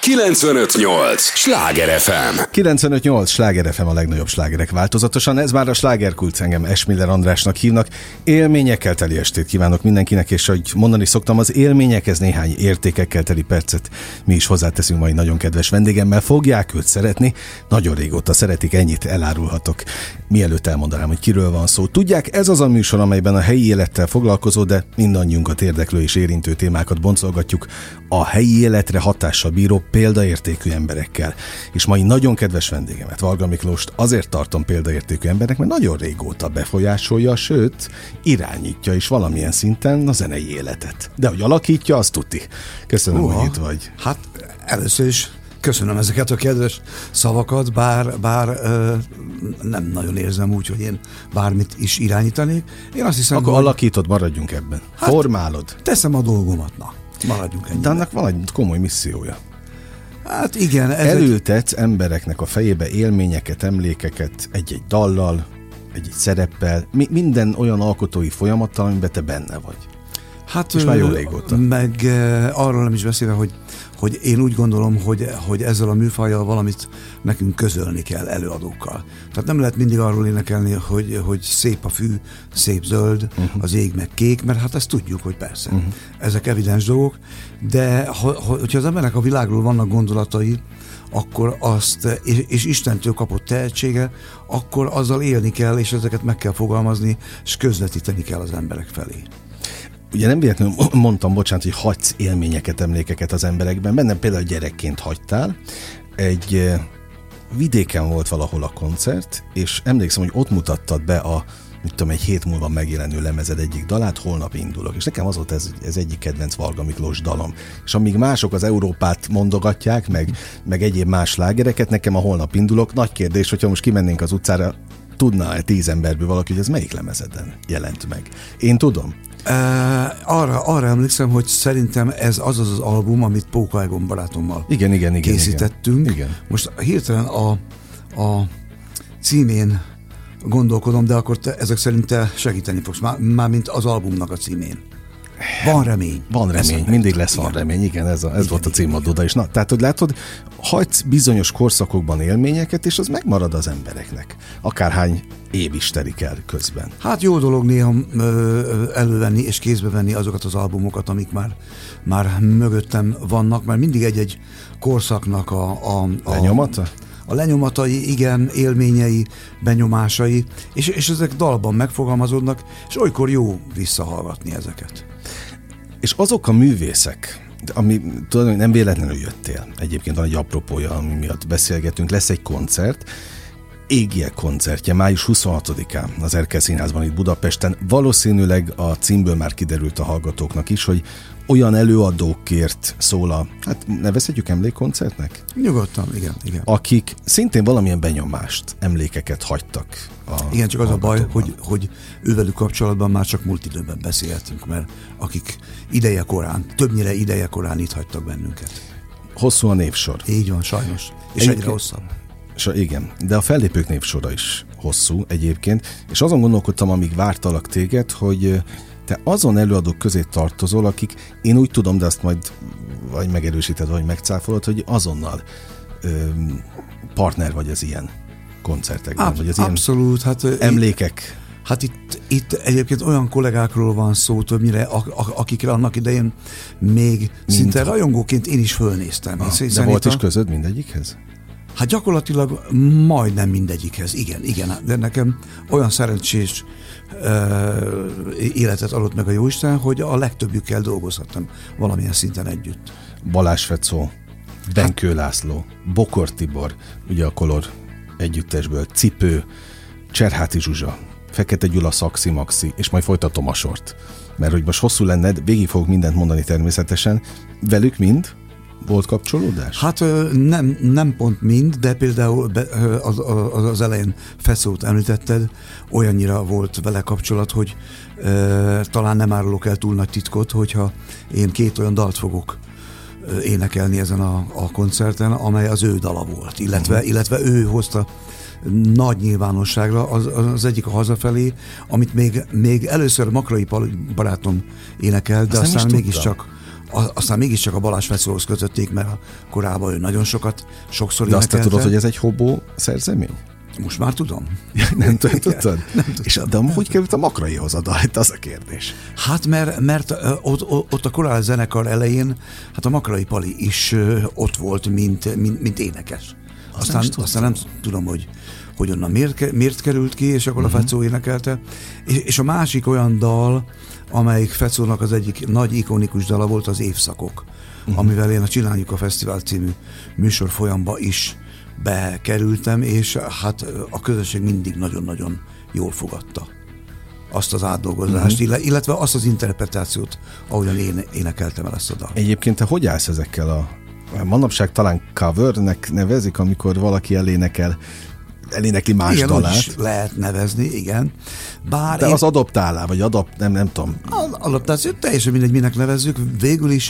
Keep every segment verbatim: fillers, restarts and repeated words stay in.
kilencvenöt nyolc Sláger ef em. kilencvenöt nyolc Sláger ef em, a legnagyobb slágerek változatosan. Ez már a Slágerkult, engem Esmiller Andrásnak hívnak. Élményekkel teli estét kívánok mindenkinek, és ahogy mondani szoktam, az élményekhez néhány értékekkel teli percet mi is hozzáteszünk mai nagyon kedves vendégemmel. Fogják őt szeretni, nagyon régóta szeretik, ennyit elárulhatok. Mielőtt elmondanám, hogy kiről van szó. Tudják, ez az a műsor, amelyben a helyi élettel foglalkozó, de mindannyiunkat érdeklő és érintő témákat boncolgatjuk a helyi életre hatással bíró példaértékű emberekkel. És mai nagyon kedves vendégemet, Varga Miklóst azért tartom példaértékű embernek, mert nagyon régóta befolyásolja, sőt, irányítja is valamilyen szinten a zenei életet. De hogy alakítja, azt tuti. Köszönöm, Uha, hogy itt vagy. Hát először is köszönöm ezeket a kedves szavakat, bár, bár ö, nem nagyon érzem úgy, hogy én bármit is irányítanék. Én azt hiszem, Akkor hogy... alakítod, maradjunk ebben. Hát, formálod. Teszem a dolgomat, na. Maradjunk ennyiben. De annak van egy komoly missziója. Hát igen. Ez Elültetsz egy... embereknek a fejébe élményeket, emlékeket egy-egy dallal, egy-egy szereppel, mi, minden olyan alkotói folyamattal, amiben te benne vagy. Hát, és már jó régóta. Meg uh, arról nem is beszélve, hogy, hogy én úgy gondolom, hogy, hogy ezzel a műfajjal valamit nekünk közölni kell előadókkal. Tehát nem lehet mindig arról énekelni, hogy, hogy szép a fű, szép zöld, uh-huh. az ég meg kék, mert hát ezt tudjuk, hogy persze. Uh-huh. Ezek evidens dolgok, de ha, ha, hogyha az embernek a világról vannak gondolatai, akkor azt, és, és Istentől kapott tehetsége, akkor azzal élni kell, és ezeket meg kell fogalmazni, és közvetíteni kell az emberek felé. Ugye nem véletlenül mondtam, bocsánat, hogy hagysz élményeket, emlékeket az emberekben. Bennem például gyerekként hagytál. Egy vidéken volt valahol a koncert, és emlékszem, hogy ott mutattad be a, mit tudom, egy hét múlva megjelenő lemezed egyik dalát, Holnap indulok. És nekem az volt ez, ez egyik kedvenc Varga Miklós dalom. És amíg mások az Európát mondogatják, meg, meg egyéb más slágereket, nekem a Holnap indulok. Nagy kérdés, hogyha most kimennénk az utcára, tudna-e tíz emberből valaki, hogy ez melyik lemezeden jelent meg? Én tudom. Uh, arra, arra emlékszem, hogy szerintem ez az az, az album, amit Póka Egon barátommal igen, igen, igen, készítettünk. Igen, igen. Most hirtelen a, a címén gondolkodom, de akkor te, ezek szerint te segíteni fogsz, már, már mint az albumnak a címén. Van remény. Van remény, mindig lesz igen. Van remény, igen, ez, a, ez igen, volt a címadóda igen. is. Na, tehát, hogy látod, hagysz bizonyos korszakokban élményeket, és az megmarad az embereknek. Akárhány év is telik el közben. Hát jó dolog néha ö, elővenni és kézbe venni azokat az albumokat, amik már, már mögöttem vannak, mert mindig egy-egy korszaknak a... a, a lenyomata? A lenyomatai, igen, élményei, benyomásai, és, és ezek dalban megfogalmazódnak, és olykor jó visszahallgatni ezeket. És azok a művészek, ami tudom, hogy nem véletlenül jöttél. Egyébként van egy apropója, ami miatt beszélgetünk. Lesz egy koncert, Égiek koncertje, május huszonhatodikán az Erkel Színházban itt Budapesten. Valószínűleg a címből már kiderült a hallgatóknak is, hogy olyan előadókért szól a, hát nevezhetjük emlékkoncertnek? Nyugodtan, igen, igen. Akik szintén valamilyen benyomást, emlékeket hagytak. A igen, csak az a baj, hogy, hogy ővelük kapcsolatban már csak múlt időben beszélhetünk, mert akik ideje korán, többnyire ideje korán itt hagytak bennünket. Hosszú a névsor. Így van, sajnos. És egyre, egyre hosszabb. És igen, de a fellépők névsora is hosszú egyébként, és azon gondolkodtam, amíg vártalak téged, hogy te azon előadók közé tartozol, akik, én úgy tudom, de azt majd vagy megerősíted, vagy megcáfolod, hogy azonnal ö, partner vagy az ilyen koncertekben, Ab, vagy az abszolút, ilyen hát, emlékek. Hát itt, itt egyébként olyan kollégákról van szó többnyire, akikre annak idején még Mind szinte ha... rajongóként én is fölnéztem. Ah, de volt is a... közöd mindegyikhez? Hát gyakorlatilag majdnem mindegyikhez, igen, igen, de nekem olyan szerencsés uh, életet adott meg a Jóisten, hogy a legtöbbjükkel dolgozhattam valamilyen szinten együtt. Balázs Fecó, Benkő László, Bokor Tibor, ugye a Kolor együttesből, Cipő, Cserháti Zsuzsa, Fekete Gyula, Szaxi Maxi, és majd folytatom a sort. Mert hogy most hosszú lenned, végig fogok mindent mondani természetesen. Velük mind volt kapcsolódás? Hát nem, nem pont mind, de például az, az, az elején Fecót említetted, olyannyira volt vele kapcsolat, hogy e, talán nem árulok el túl nagy titkot, hogyha én két olyan dalt fogok énekelni ezen a, a koncerten, amely az ő dala volt, illetve, uh-huh. illetve ő hozta nagy nyilvánosságra, az, az egyik a Hazafelé, amit még, még először Makrai barátom énekel, de Azt aztán mégiscsak aztán mégiscsak a Balázs Fecóhoz kötötték, mert korábban ő nagyon sokat, sokszor De azt te énekelte. tudod, hogy ez egy hobó szerzemény? Most már tudom. Nem tudtad? Nem tudtam. És de hogy került a Makraihoz a dal? Az a kérdés. Hát mert, mert ott, ott a korál zenekar elején, hát a Makrai Pali is ott volt, mint, mint, mint énekes. Aztán nem, aztán nem tudom, hogy, hogy onnan miért, miért került ki, és akkor uh-huh. a Fecó énekelte. És, és a másik olyan dal, amelyik Fecónak az egyik nagy ikonikus dala volt, az Évszakok, uh-huh. amivel én a Csináljuk a Fesztivál című műsor folyamba is bekerültem, és hát a közösség mindig nagyon-nagyon jól fogadta azt az átdolgozást, uh-huh. illetve azt az interpretációt, ahogyan én énekeltem el ezt a dalt. Egyébként te hogy állsz ezekkel a manapság talán covernek nevezik, amikor valaki elénekel, elénekli más igen, dalát. Is lehet nevezni, igen. Bár de én... az adoptálá, vagy adapt, nem, nem tudom. Az adaptáció, teljesen mindegy, minek nevezzük. Végül is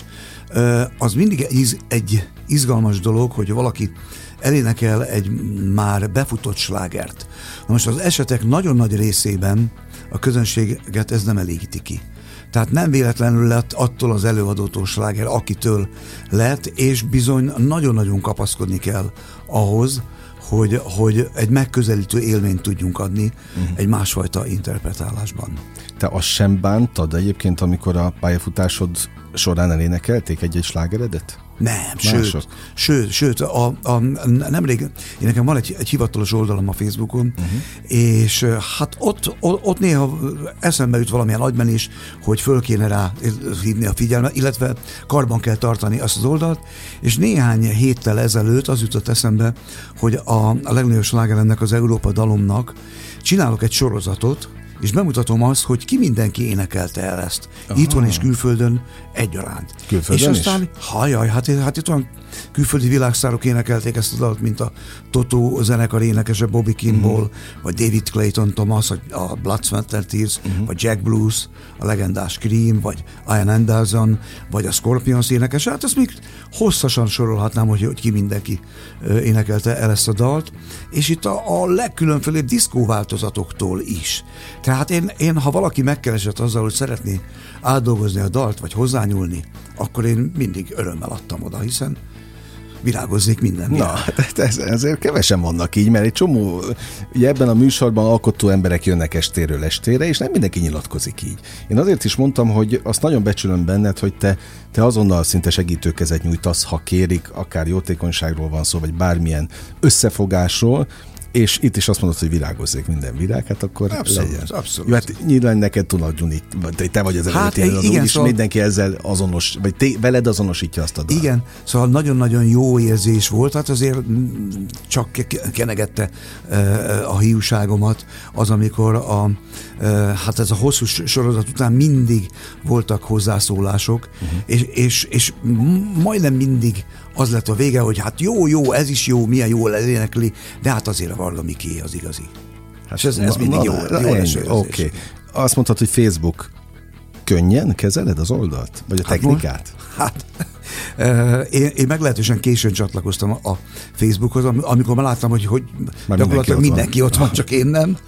az mindig egy, egy izgalmas dolog, hogy valaki elénekel egy már befutott slágert. Na most az esetek nagyon nagy részében a közönséget ez nem elégíti ki. Tehát nem véletlenül lett attól az előadótól sláger, akitől lett, és bizony nagyon-nagyon kapaszkodni kell ahhoz, hogy, hogy egy megközelítő élményt tudjunk adni uh-huh. egy másfajta interpretálásban. Te azt sem bántad egyébként, amikor a pályafutásod során elénekelték egy-egy slágeredet? Nem, sőt, sőt, sőt, a, a, nemrég, én nekem van egy, egy hivatalos oldalam a Facebookon, uh-huh. és hát ott, ott néha eszembe jut valamilyen agymenés, hogy föl kéne rá hívni a figyelmet, illetve karban kell tartani azt az oldalt, és néhány héttel ezelőtt az jutott eszembe, hogy a, a legnagyobb sláger ennek az Európa dalomnak csinálok egy sorozatot, és bemutatom azt, hogy ki mindenki énekelte el ezt. Aha. Itthon és külföldön egyaránt. Külföldön és aztán, is? hajaj, hát, hát itt olyan külföldi világsztárok énekelték ezt a dalt, mint a Toto zenekar énekese Bobby Kimball, uh-huh. vagy David Clayton Thomas, a Blood, Sweat and Tears, uh-huh. vagy Jack Bruce, a legendás Cream, vagy Ian Anderson, vagy a Scorpions énekese. Hát ezt még hosszasan sorolhatnám, hogy, hogy ki mindenki énekelte el ezt a dalt. És itt a, a legkülönfélebb diszkó változatoktól is. Tehát én, én, ha valaki megkeresett azzal, hogy szeretné átdolgozni a dalt, vagy hozzányúlni, akkor én mindig örömmel adtam oda, hiszen virágozzék minden. Na, ez, ezért kevesen vannak így, mert egy csomó, ugye ebben a műsorban alkotó emberek jönnek estéről estére, és nem mindenki nyilatkozik így. Én azért is mondtam, hogy azt nagyon becsülöm benned, hogy te, te azonnal szinte segítőkezet nyújtasz, ha kérik, akár jótékonyságról van szó, vagy bármilyen összefogásról, és itt is azt mondod, hogy virágozzék minden virág, hát akkor abszolút, legyen. Abszolút. Jó, hát nyilván neked tudod, Juni, te vagy az hát, előtt igen, és szóval... mindenki ezzel azonos, vagy te, veled azonosítja azt a dalt. Igen, szóval nagyon-nagyon jó érzés volt, hát azért csak kenegette a hiúságomat az, amikor a, hát ez a hosszú sorozat után mindig voltak hozzászólások, uh-huh. és, és, és majdnem mindig az lett a vége, hogy hát jó, jó, ez is jó, milyen jól elénekli, de hát azért a Varga Miké az igazi. Hát és ez, ez na, mindig na, jó, jó eső. Oké. Okay. Azt mondtad, hogy Facebook könnyen kezeled az oldalt? Vagy a technikát? Hát, hát én, én meglehetősen későn csatlakoztam a Facebookhoz, amikor már láttam, hogy, hogy gyakorlatilag mindenki, mindenki ott van, csak én nem.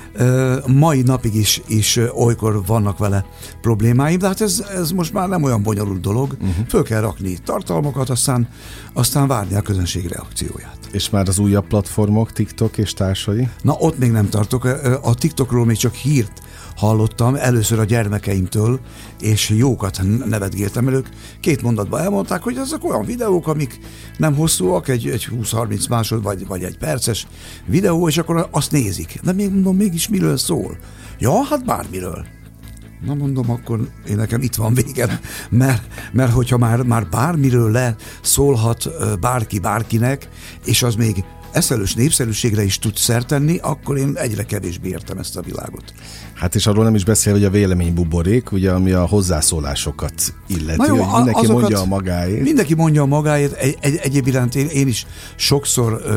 Mai napig is, is olykor vannak vele problémáim, de hát ez, ez most már nem olyan bonyolult dolog. Uh-huh. Föl kell rakni tartalmakat, aztán, aztán várni a közönség reakcióját. És már az újabb platformok, TikTok és társai? Na, ott még nem tartok. A TikTokról még csak hírt hallottam, először a gyermekeimtől, és jókat nevetgéltem elők. Két mondatban elmondták, hogy ezek olyan videók, amik nem hosszúak, egy, egy húsz-harminc másod, vagy, vagy egy perces videó, és akkor azt nézik. De még mondom, mégis miről szól? Ja, hát bármiről. Na mondom, akkor én nekem itt van végem, mert, mert hogyha már, már bármiről le szólhat bárki bárkinek, és az még eszelős népszerűségre is tud szert tenni, akkor én egyre kevésbé értem ezt a világot. Hát és arról nem is beszél, hogy a véleménybuborék, ugye, ami a hozzászólásokat illeti, jó, hogy mindenki azokat, mondja a magáét. Mindenki mondja a magáét, egy, egy, egyéb iránt én, én is sokszor ö,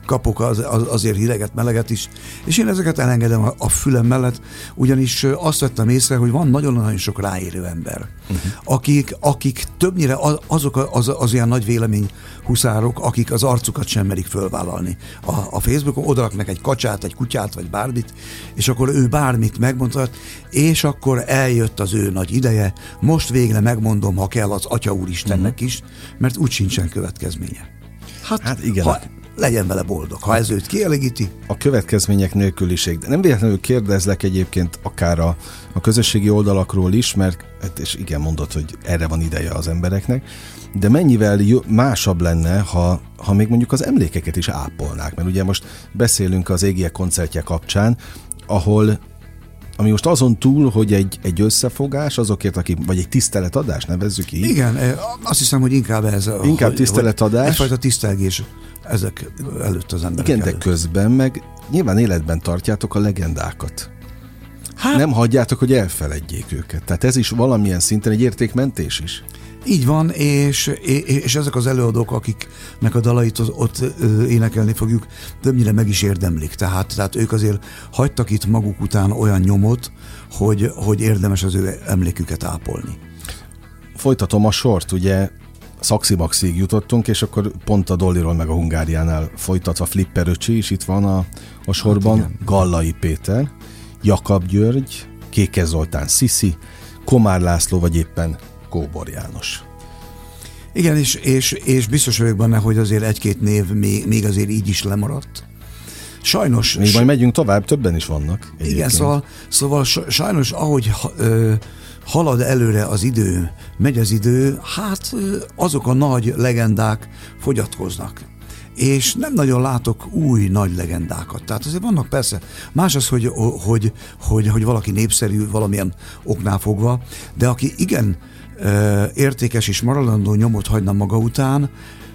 kapok az, az, azért hideget, meleget is, és én ezeket elengedem a, a fülem mellett, ugyanis azt vettem észre, hogy van nagyon-nagyon sok ráérő ember, uh-huh. akik, akik többnyire azok az, az ilyen nagy vélemény huszárok, akik az arcukat sem merik fölvállalni. A, a Facebookon odaraknak egy kacsát, egy kutyát, vagy bármit, és akkor ő bármit megmondhat, és akkor eljött az ő nagy ideje, most végre megmondom, ha kell az Atya Úristennek uh-huh. is, mert úgy sincsen következménye. Hát, hát igen. Ha, legyen vele boldog, ha ez őt kielégíti. A következmények nélküliség. De nem véletlenül kérdezlek egyébként akár a, a közösségi oldalakról is, mert és igen, mondod, hogy erre van ideje az embereknek, de mennyivel másabb lenne, ha, ha még mondjuk az emlékeket is ápolnák, mert ugye most beszélünk az Égiek koncertje kapcsán, ahol ami most azon túl, hogy egy, egy összefogás azokért, akik, vagy egy tiszteletadás, nevezzük így. Igen, azt hiszem, hogy inkább ez. Inkább hogy, tiszteletadás. Egyfajta tisztelgés ezek előtt az emberek igen, előtt. De közben meg nyilván életben tartjátok a legendákat. Hát, nem hagyjátok, hogy elfeledjék őket. Tehát ez is valamilyen szinten egy értékmentés is. Így van, és, és ezek az előadók, akiknek a dalait ott énekelni fogjuk, többnyire meg is érdemlik. Tehát, tehát ők azért hagytak itt maguk után olyan nyomot, hogy, hogy érdemes az ő emléküket ápolni. Folytatom a sort, ugye Szaximaxig jutottunk, és akkor pont a Dolliról meg a Hungáriánál folytatva Flipper öcsi is itt van a, a sorban, hát Gallai Péter, Jakab György, Kékez Zoltán Sziszi, Komár László, vagy éppen Kóbor János. Igen, és, és, és biztos vagyok benne, hogy azért egy-két név még, még azért így is lemaradt. Sajnos... Még majd megyünk tovább, többen is vannak. Egyébként. Igen, szóval, szóval sajnos ahogy ö, halad előre az idő, megy az idő, hát azok a nagy legendák fogyatkoznak. És nem nagyon látok új nagy legendákat. Tehát azért vannak persze. Más az, hogy, hogy, hogy, hogy valaki népszerű valamilyen oknál fogva, de aki igen értékes és maradandó nyomot hagyna maga után,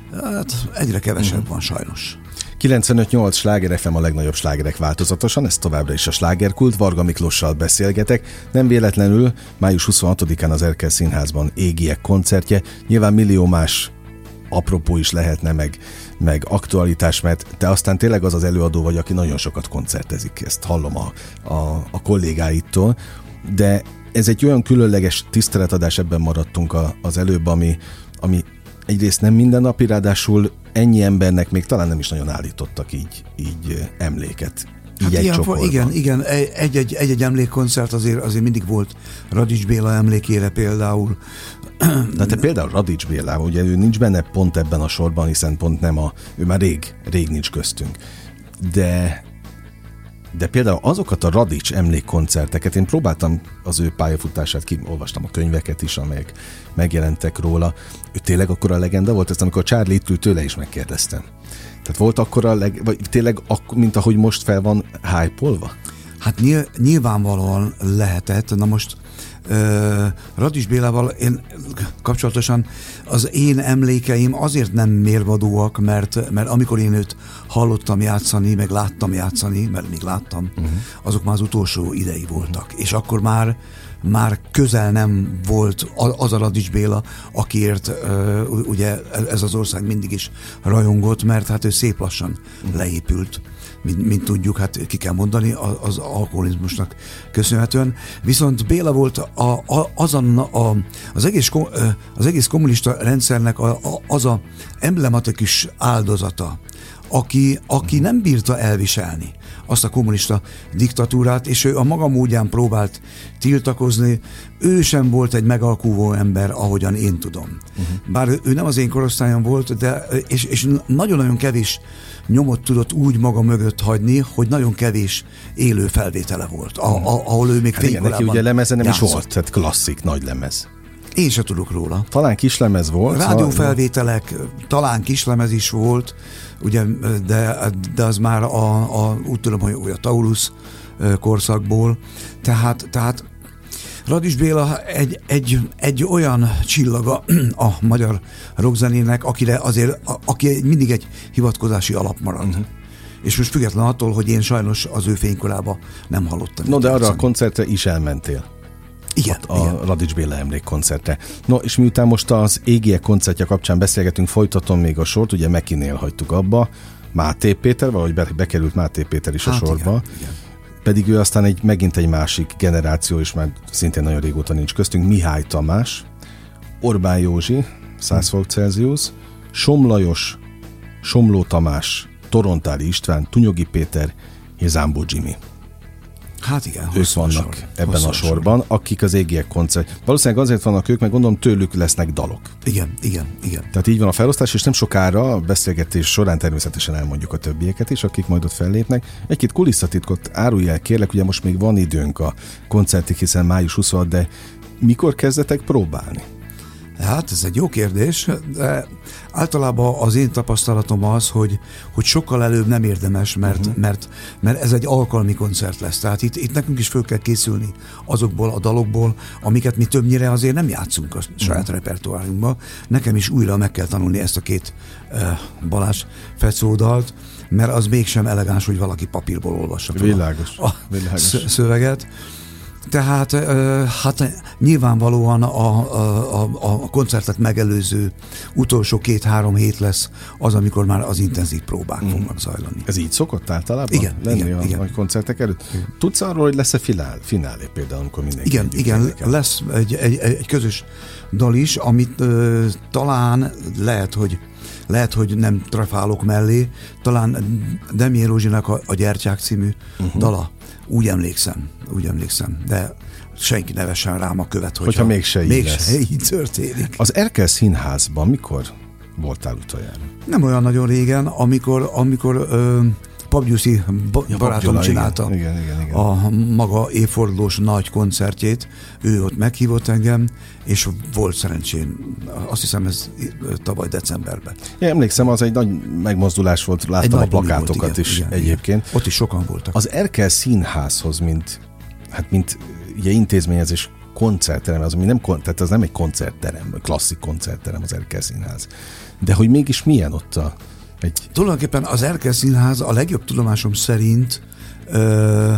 hát egyre kevesebb uh-huh. van sajnos. kilencvenöt nyolc Sláger ef em a legnagyobb slágerek változatosan, ez továbbra is a Slágerkult, Varga Miklóssal beszélgetek. Nem véletlenül május huszonhatodikán az Erkel Színházban Égiek koncertje, nyilván millió más apropó is lehetne, meg, meg aktualitás, mert te aztán tényleg az az előadó vagy, aki nagyon sokat koncertezik, ezt hallom a, a, a kollégáitól, de ez egy olyan különleges tiszteletadás, ebben maradtunk a, az előbb, ami, ami egyrészt nem mindennapi, ráadásul ennyi embernek még talán nem is nagyon állítottak így, így emléket. Így hát ilyen, igen, igen, egy-egy, egy-egy emlékkoncert azért, azért mindig volt Radics Béla emlékére például. De te például Radics Bélával, ugye ő nincs benne pont ebben a sorban, hiszen pont nem a, ő már rég, rég nincs köztünk. De, de például azokat a Radics emlékkoncerteket, én próbáltam az ő pályafutását ki, olvastam a könyveket is, amelyek megjelentek róla. Ő tényleg akkora legenda volt, ezt amikor Charlie itt ült, tőle is megkérdeztem. Tehát volt akkora, leg, vagy tényleg, ak, mint ahogy most fel van hype-olva? Hát nyilvánvalóan lehetett. Na most uh, Radics Bélával én kapcsolatosan az én emlékeim azért nem mérvadóak, mert, mert amikor én őt hallottam játszani, meg láttam játszani, mert még láttam, uh-huh. azok már az utolsó idei voltak. Uh-huh. És akkor már már közel nem volt az a Radics Béla, akiért uh, ugye ez az ország mindig is rajongott, mert hát ő szép lassan leépült, mint, mint tudjuk, hát ki kell mondani, az alkoholizmusnak köszönhetően. Viszont Béla volt a, a, az, a, a, az, egész, az egész kommunista rendszernek a, a, az a emblematikus áldozata, aki, aki nem bírta elviselni azt a kommunista diktatúrát, és ő a maga módján próbált tiltakozni. Ő sem volt egy megalkuvó ember, ahogyan én tudom. Uh-huh. Bár ő nem az én korosztályom volt, de és, és nagyon-nagyon kevés nyomot tudott úgy maga mögött hagyni, hogy nagyon kevés élő felvétele volt, a, a, ahol ő még hát fénykorában neki ugye lemeze nem játszott. Is volt, tehát klasszik nagy lemez. Én sem tudok róla. Talán kislemez volt. Rádiófelvételek, talán kislemez is volt, ugye, de, de az már a, a, úgy tudom, hogy a Taurus korszakból. Tehát, tehát Radics Béla egy, egy, egy olyan csillaga a magyar rockzenének, akire azért, aki mindig egy hivatkozási alap marad. Uh-huh. És most független attól, hogy én sajnos az ő fénykorába nem hallottam. No, de arra a koncertre is elmentél. Igen, a igen. Radics Béla emlékkoncertre. No, és miután most az Égiek koncertje kapcsán beszélgetünk, folytatom még a sort, ugye Mekinél hagytuk abba, Máté Péter, valahogy be, bekerült Máté Péter is a hát sorba. Igen, igen. Pedig ő aztán egy, megint egy másik generáció, és már szintén nagyon régóta nincs köztünk, Mihály Tamás, Orbán Józsi, száz fok Celsius, Somlajos, Somló Tamás, Torontáli István, Tunyogi Péter és Zámbó Jimmy. Hát igen, ők vannak sor, ebben a sorban, sor. Akik az Égiek koncert. Valószínűleg azért vannak ők, mert gondolom tőlük lesznek dalok. Igen, igen, igen. Tehát így van a felosztás, és nem sokára a beszélgetés során természetesen elmondjuk a többieket is, akik majd ott fellépnek. Egy-két kulisszatitkot árulj el, kérlek, ugye most még van időnk a koncertig, hiszen május huszadika, de mikor kezdetek próbálni? Hát ez egy jó kérdés, de általában az én tapasztalatom az, hogy, hogy sokkal előbb nem érdemes, mert, uh-huh. mert, mert ez egy alkalmi koncert lesz. Tehát itt, itt nekünk is föl kell készülni azokból a dalokból, amiket mi többnyire azért nem játszunk a saját uh-huh. repertoárunkba. Nekem is újra meg kell tanulni ezt a két uh, Balázs Fecó dalt, mert az mégsem elegáns, hogy valaki papírból olvassa fel világos, a, világos. a szöveget. Tehát hát nyilvánvalóan a, a, a koncertet megelőző utolsó két-három hét lesz az, amikor már az intenzív próbák mm. fognak zajlani. Ez így szokott általában igen, lenni igen, a igen. koncertek előtt? Igen. Tudsz arról, hogy lesz-e finál, finálé például, amikor mindenki igen, igen, lesz egy, egy, egy közös dal is, amit ö, talán lehet, hogy lehet, hogy nem trafálok mellé, talán Demjén Rózsinak a, a Gyertyák című uh-huh. dala. Úgy emlékszem, úgy emlékszem, de senki ne vessen rám a követ, hogyha, hogyha mégse így mégse lesz. így történik. Az Erkel Színházban mikor voltál utoljára? Nem olyan nagyon régen, amikor, amikor ö, Pabgyuszi ja, barátom csinálta igen, igen, igen. a maga évfordulós nagy koncertjét. Ő ott meghívott engem, és volt szerencsém. Azt hiszem, ez tavaly decemberben. Én emlékszem, az egy nagy megmozdulás volt, láttam a plakátokat volt, igen, is igen, egyébként. Igen. Ott is sokan voltak. Az Erkel Színházhoz, mint, hát mint ugye intézményezés, koncertterem, az, ami nem, tehát az nem egy koncertterem, klasszik koncertterem az Erkel Színház. De hogy mégis milyen ott a Egy... Tulajdonképpen az Erkel Színház a legjobb tudomásom szerint ö,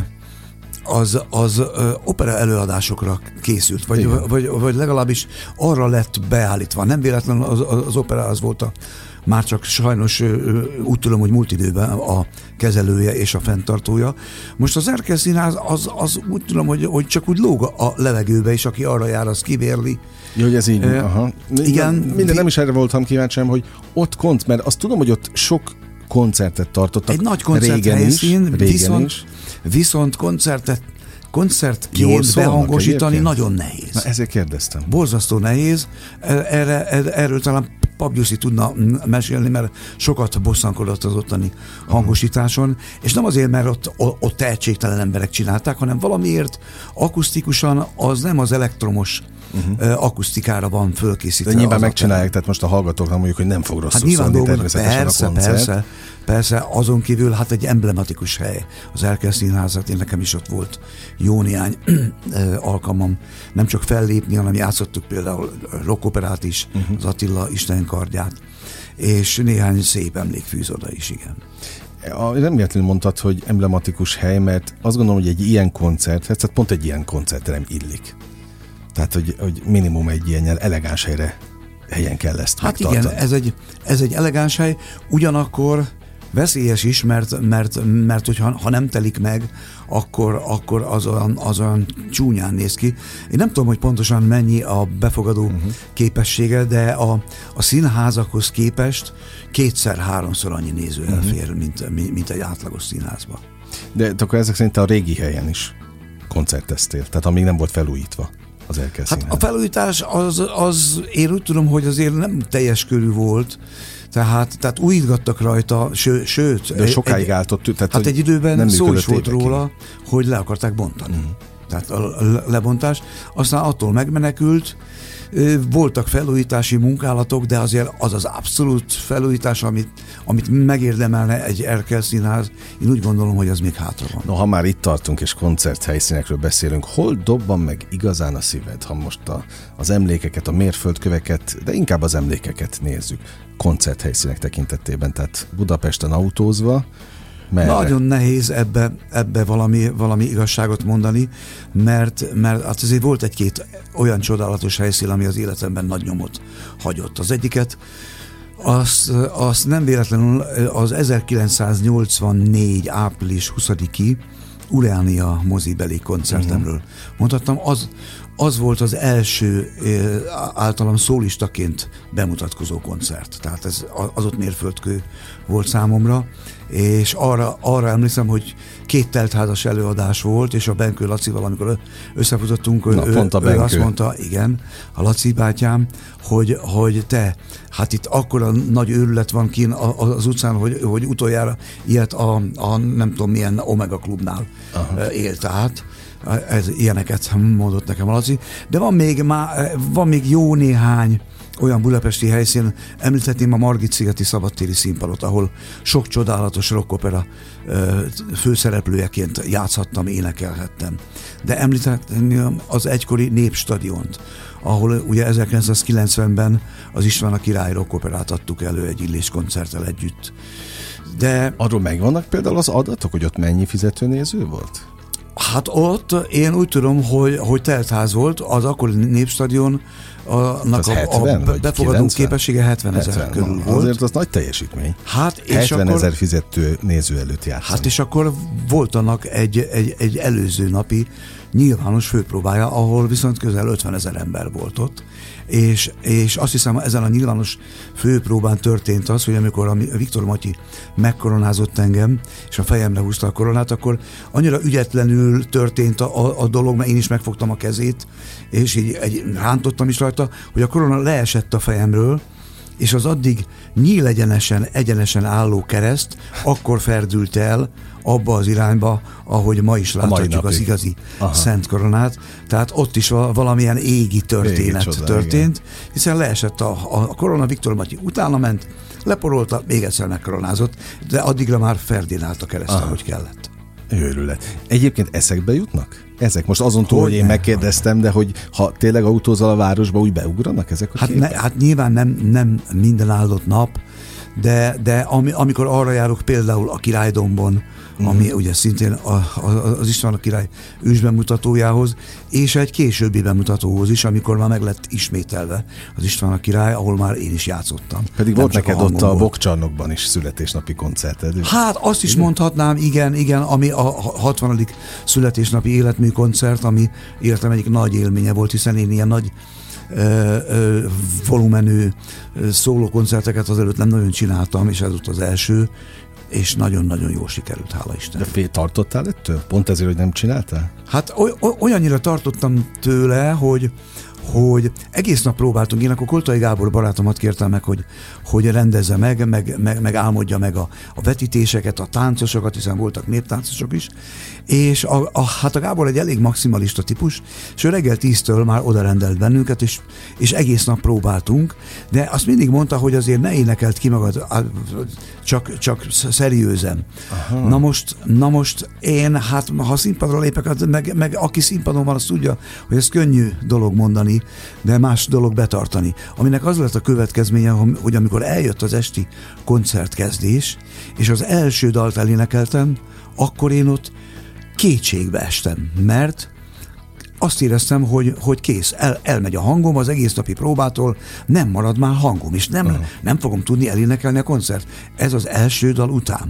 az, az ö, opera előadásokra készült, vagy, vagy, vagy legalábbis arra lett beállítva. Nem véletlenül az, az opera az volt a, már csak sajnos ö, úgy tudom, hogy múlt időben a kezelője és a fenntartója. Most az Erkel Színház az, az úgy tudom, hogy, hogy csak úgy lóg a levegőbe, és aki arra jár, az kivérli. Jó, hogy ez így, uh, aha. Igen. Minden vi- nem is erre voltam kíváncsi, hogy ott kont, mert azt tudom, hogy ott sok koncertet tartottak. Egy nagy koncerthelyszín, viszont, is. viszont koncertet, koncertként behangosítani nagyon nehéz. Na, ezért kérdeztem. Borzasztó nehéz. Erre, erről talán Pabgyuszi tudna mesélni, mert sokat bosszankodott az ottani hangosításon, és nem azért, mert ott, ott tehetségtelen emberek csinálták, hanem valamiért akusztikusan az nem az elektromos uh-huh. akusztikára van fölkészítve. De nyilván megcsinálják, tehát most a hallgatóknak mondjuk, hogy nem fog rosszul hát szólni természetesen persze, a koncert. Persze, persze, azon kívül hát egy emblematikus hely az Erkel Színházat, én nekem is ott volt jó néhány alkalmam, nem csak fellépni, hanem játszottuk például rockoperát is, uh-huh. az Attila Istenkardját, és néhány szép emlék fűz oda is, igen. Nem véletlenül mondtad, hogy emblematikus hely, mert azt gondolom, hogy egy ilyen koncert, tehát pont egy ilyen koncertre illik. Tehát, hogy, hogy minimum egy ilyen elegáns helyre, helyen kell ezt hát megtartani. Igen, ez egy, ez egy elegáns hely, ugyanakkor veszélyes is, mert, mert, mert hogyha ha nem telik meg, akkor, akkor az, olyan, az olyan csúnyán néz ki. Én nem tudom, hogy pontosan mennyi a befogadó uh-huh. képessége, de a, a színházakhoz képest kétszer-háromszor annyi néző elfér, uh-huh. mint, mint egy átlagos színházba. De akkor ezek szerint a régi helyen is koncerteztél, tehát amíg nem volt felújítva az Erkel Színház. Hát a felújítás az, az, én úgy tudom, hogy azért nem teljes körű volt, tehát, tehát újítgattak rajta, ső, sőt... De sokáig állt ott, tehát hát egy időben szó is volt róla, ki. hogy le akarták bontani. Mm. Tehát a lebontás. Aztán attól megmenekült, voltak felújítási munkálatok, de azért az az abszolút felújítás, amit, amit megérdemelne egy Erkel Színház, én úgy gondolom, hogy az még hátra van. No, ha már itt tartunk és koncerthelyszínekről beszélünk, hol dobban meg igazán a szíved, ha most a, az emlékeket, a mérföldköveket, de inkább az emlékeket nézzük, koncerthelyszínek tekintetében, tehát Budapesten autózva, merre? Nagyon nehéz ebbe, ebbe valami, valami igazságot mondani, mert, mert hát azért volt egy-két olyan csodálatos helyszín, ami az életemben nagy nyomot hagyott. Az egyiket Azt, azt nem véletlenül az ezerkilencszáznyolcvannégy. április huszadiki Uránia mozibeli koncertemről uh-huh. mondhattam, az, az volt az első általam szólistaként bemutatkozó koncert. Tehát ez az ott mérföldkő volt számomra, és arra, arra emlékszem, hogy két teltházas előadás volt, és a Benkő Lacival, amikor összefutottunk, Na, ő, pont a ő azt mondta, igen, a Laci bátyám, hogy, hogy te, hát itt akkora nagy őrület van kín az utcán, hogy, hogy utoljára ilyet a, a nem tudom milyen Omega klubnál Aha. élt át. Ez, ilyeneket mondott nekem a Laci. De van még, má, van még jó néhány olyan budapesti helyszín, említhetném a Margit-szigeti szabadtéri színpadot, ahol sok csodálatos rockopera főszereplőjeként játszhattam, énekelhettem. De említhetném az egykori Népstadiont, ahol ugye ezerkilencszázkilencvenben az István a Király rockoperát adtuk elő egy Illés koncerttel együtt. De arról megvannak például az adatok, hogy ott mennyi fizetőnéző volt? Hát ott én úgy tudom, hogy, hogy teltház volt, az akkori Népstadion annak hetven, a, a befogadó képessége hetven ezer körül volt. Azért az nagy teljesítmény. Hát és hetven ezer akkor, fizető néző előtt játszani. Hát és akkor volt annak egy, egy, egy előző napi nyilvános főpróbája, ahol viszont közel ötven ezer ember volt ott, és, és azt hiszem ezen a nyilvános főpróbán történt az, hogy amikor a Viktor Matyi megkoronázott engem, és a fejemre húzta a koronát, akkor annyira ügyetlenül történt a, a, a dolog, mert én is megfogtam a kezét, és így egy, rántottam is rajta, hogy a korona leesett a fejemről, és az addig nyílegyenesen, egyenesen álló kereszt akkor ferdült el abba az irányba, ahogy ma is láthatjuk az igazi Aha. Szent Koronát. Tehát ott is valamilyen égi történet égi csoda, történt, igen. Hiszen leesett a, a korona, Viktor Matyi utána ment, leporolta, még egyszer megkoronázott, de addigra már Ferdinált a keresztre, hogy kellett. Őrület. Egyébként eszekbe jutnak? Ezek most azon túl, hogy, hogy én megkérdeztem, de hogy ha tényleg autózol a városba, úgy beugranak ezek a hát, ne, hát nyilván nem, nem minden áldott nap, de, de ami, amikor arra járok például a Királydombon, mm. ami ugye szintén a, a, az István a Király ősbemutatójához, és egy későbbi bemutatóhoz is, amikor már meg lett ismételve az István a Király, ahol már én is játszottam. Pedig volt neked a ott a Bokcsarnokban is születésnapi koncerted. Hát azt is igen? mondhatnám, igen, igen, ami a hatvanadik születésnapi életmű koncert, ami életem egyik nagy élménye volt, hiszen én ilyen nagy Ö, ö, volumenű szólókoncerteket azelőtt nem nagyon csináltam, és ez volt az első, és nagyon-nagyon jól sikerült, hála Istennek. De fél tartottál ettől? Pont ezért, hogy nem csináltál? Hát oly, olyannyira tartottam tőle, hogy hogy egész nap próbáltunk, én akkor Koltai Gábor barátomat kértem meg, hogy, hogy rendezze meg, meg, meg, meg álmodja meg a, a vetítéseket, a táncosokat, hiszen voltak néptáncosok is, és a, a, hát a Gábor egy elég maximalista típus, és ő reggel tíztől már oda rendelt bennünket, és, és egész nap próbáltunk, de azt mindig mondta, hogy azért ne énekelt ki magad, csak, csak szeriőzem. Aha. Na most, na most én, hát ha színpadra lépek, meg, meg aki színpadon van, azt tudja, hogy ez könnyű dolog mondani, de más dolog betartani. Aminek az lett a következménye, hogy amikor eljött az esti koncertkezdés, és az első dalt elénekeltem, akkor én ott kétségbe estem, mert azt éreztem, hogy, hogy kész, el, elmegy a hangom az egész napi próbától, nem marad már hangom, és nem, uh-huh. nem fogom tudni elénekelni a koncert. Ez az első dal után.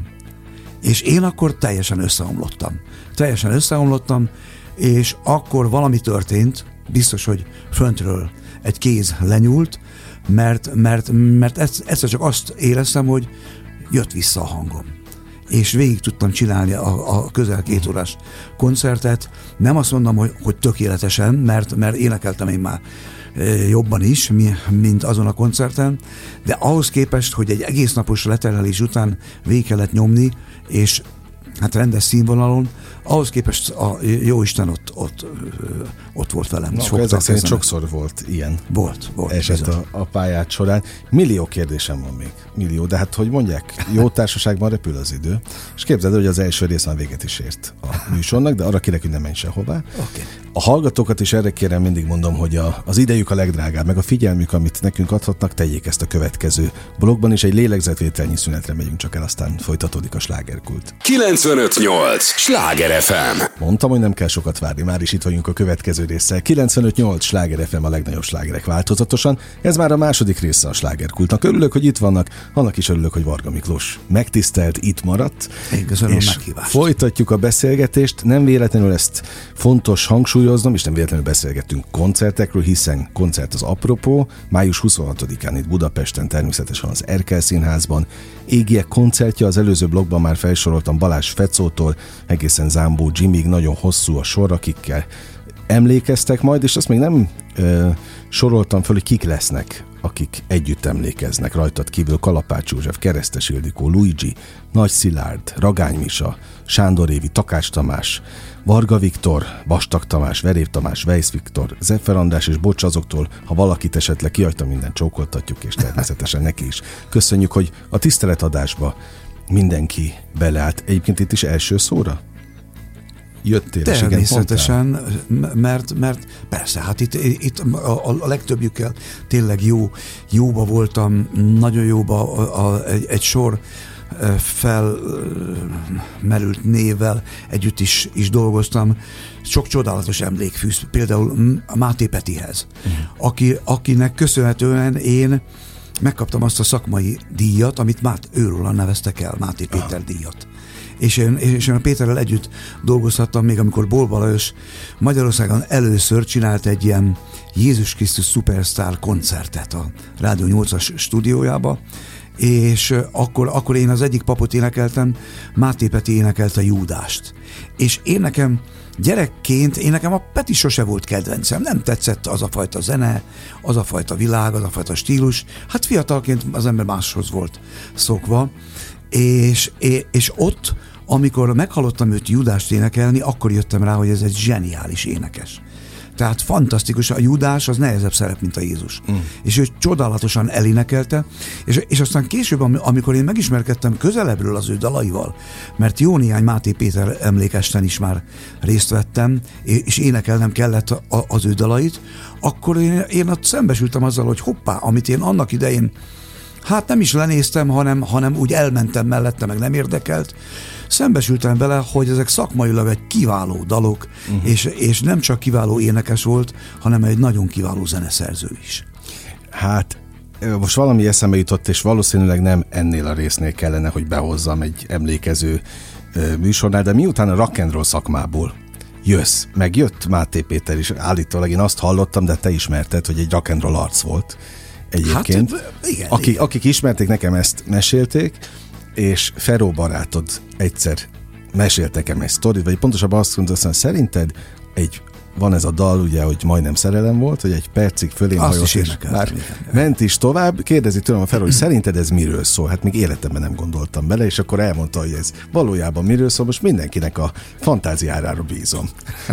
És én akkor teljesen összeomlottam. Teljesen összeomlottam, és akkor valami történt, biztos, hogy föntről egy kéz lenyúlt, mert, mert, mert egyszer csak azt éreztem, hogy jött vissza a hangom. És végig tudtam csinálni a, a közel két órás koncertet. Nem azt mondom, hogy, hogy tökéletesen, mert, mert énekeltem én már jobban is, mint azon a koncerten, de ahhoz képest, hogy egy egész napos leterelés után végig kellett nyomni, és hát rendes színvonalon, ahhoz képest a Jóisten ott, ott, ott volt velem. Na, ezek szerint sokszor volt ilyen. Volt, volt. Eset a, a pályát során. Millió kérdésem van még. Millió, de hát hogy mondják, jó társaságban repül az idő. És képzeld, hogy az első rész már véget is ért a műsornak, de arra kérek, hogy ne menj sehová. Okay. A hallgatókat is erre kérem, mindig mondom, hogy a, az idejük a legdrágább, meg a figyelmük, amit nekünk adhatnak, tegyék ezt a következő blogban, és egy lélegzetvételnyi szünetre megyünk csak el, aztán folytatódik a slágerkult. kilencvennyolc kilencvenöt nyolc Sláger ef em. Mondtam, hogy nem kell sokat várni, már is itt vagyunk a következő résszel. kilencvenöt nyolc Sláger ef em, a legnagyobb slágerek változatosan. Ez már a második része a slágerkultnak. Örülök, hogy itt vannak, annak is örülök, hogy Varga Miklós megtisztelt, itt maradt. Én köszönöm és a meghívást. Folytatjuk a beszélgetést. Nem véletlenül ezt fontos hangsúlyoznom, és nem véletlenül beszélgettünk koncertekről, hiszen koncert az apropó. május huszonhatodikán itt Budapesten, természetesen az Erkel Színházban. Égiek koncertje, az előző blogban már felsoroltam Balázs Fecótól, egészen Zámbó Jimmyig, nagyon hosszú a sor, akikkel emlékeztek majd, és azt még nem ö, soroltam föl, hogy kik lesznek, akik együtt emlékeznek rajtad kívül: Kalapács József, Keresztes Ildikó, Luigi, Nagy Szilárd, Ragány Misa, Sándor Évi, Takács Tamás, Varga Viktor, Vastag Tamás, Verév Tamás, Weiss Viktor, Zeffer András, és bocs azoktól, ha valakit esetleg kihagytam, mindent csókoltatjuk, és természetesen neki is. Köszönjük, hogy a tiszteletadásba mindenki beleállt. Egyébként itt is első szóra jöttél? Természetesen, mert, mert persze, hát itt, itt a, a legtöbbjükkel tényleg jó, jóba voltam, nagyon jóba a, a, egy, egy sor felmerült névvel együtt is, is dolgoztam. Sok csodálatos emlék fűz, például Máté Petihez, uh-huh. aki, akinek köszönhetően én megkaptam azt a szakmai díjat, amit Mát, őróla neveztek el, Máté Péter ah. díjat. És én, és én a Péterrel együtt dolgozhattam még, amikor Bolba Lajos Magyarországon először csinált egy ilyen Jézus Krisztus Superstar koncertet a Rádió nyolcas stúdiójába, és akkor, akkor én az egyik papot énekeltem, Máté Peti énekelte Júdást. És én nekem gyerekként, én nekem a Peti sose volt kedvencem, nem tetszett az a fajta zene, az a fajta világ, az a fajta stílus, hát fiatalként az ember máshoz volt szokva, és, és ott, amikor meghallottam őt Júdást énekelni, akkor jöttem rá, hogy ez egy zseniális énekes. Tehát fantasztikus, a Júdás az nehezebb szerep, mint a Jézus. Mm. És ő csodálatosan elénekelte, és, és aztán később, amikor én megismerkedtem közelebbről az ő dalaival, mert jó néhány Máté Péter emlékesten is már részt vettem, és énekelnem kellett az ő dalait, akkor én, én ott szembesültem azzal, hogy hoppá, amit én annak idején hát nem is lenéztem, hanem, hanem úgy elmentem mellette, meg nem érdekelt. Szembesültem vele, hogy ezek szakmailag egy kiváló dalok, uh-huh. és, és nem csak kiváló énekes volt, hanem egy nagyon kiváló zeneszerző is. Hát most valami eszembe jutott, és valószínűleg nem ennél a résznél kellene, hogy behozzam egy emlékező műsornál, de miután a rock and roll szakmából jössz, meg jött Máté Péter is, állítólag én azt hallottam, de te ismerted, hogy egy rock and roll arc volt egyébként. Hát, igen, akik, igen. akik ismerték, nekem ezt mesélték, és Feró barátod egyszer mesélt nekem egy sztorit, vagy pontosabban azt mondta, hogy szerinted egy, van ez a dal, ugye, hogy majdnem szerelem volt, hogy egy percig fölém hajolt, és már ment is tovább. Kérdezi tőlem a Feró, hogy szerinted ez miről szól? Hát még életemben nem gondoltam bele, és akkor elmondta, hogy ez valójában miről szól, most mindenkinek a fantáziárára bízom.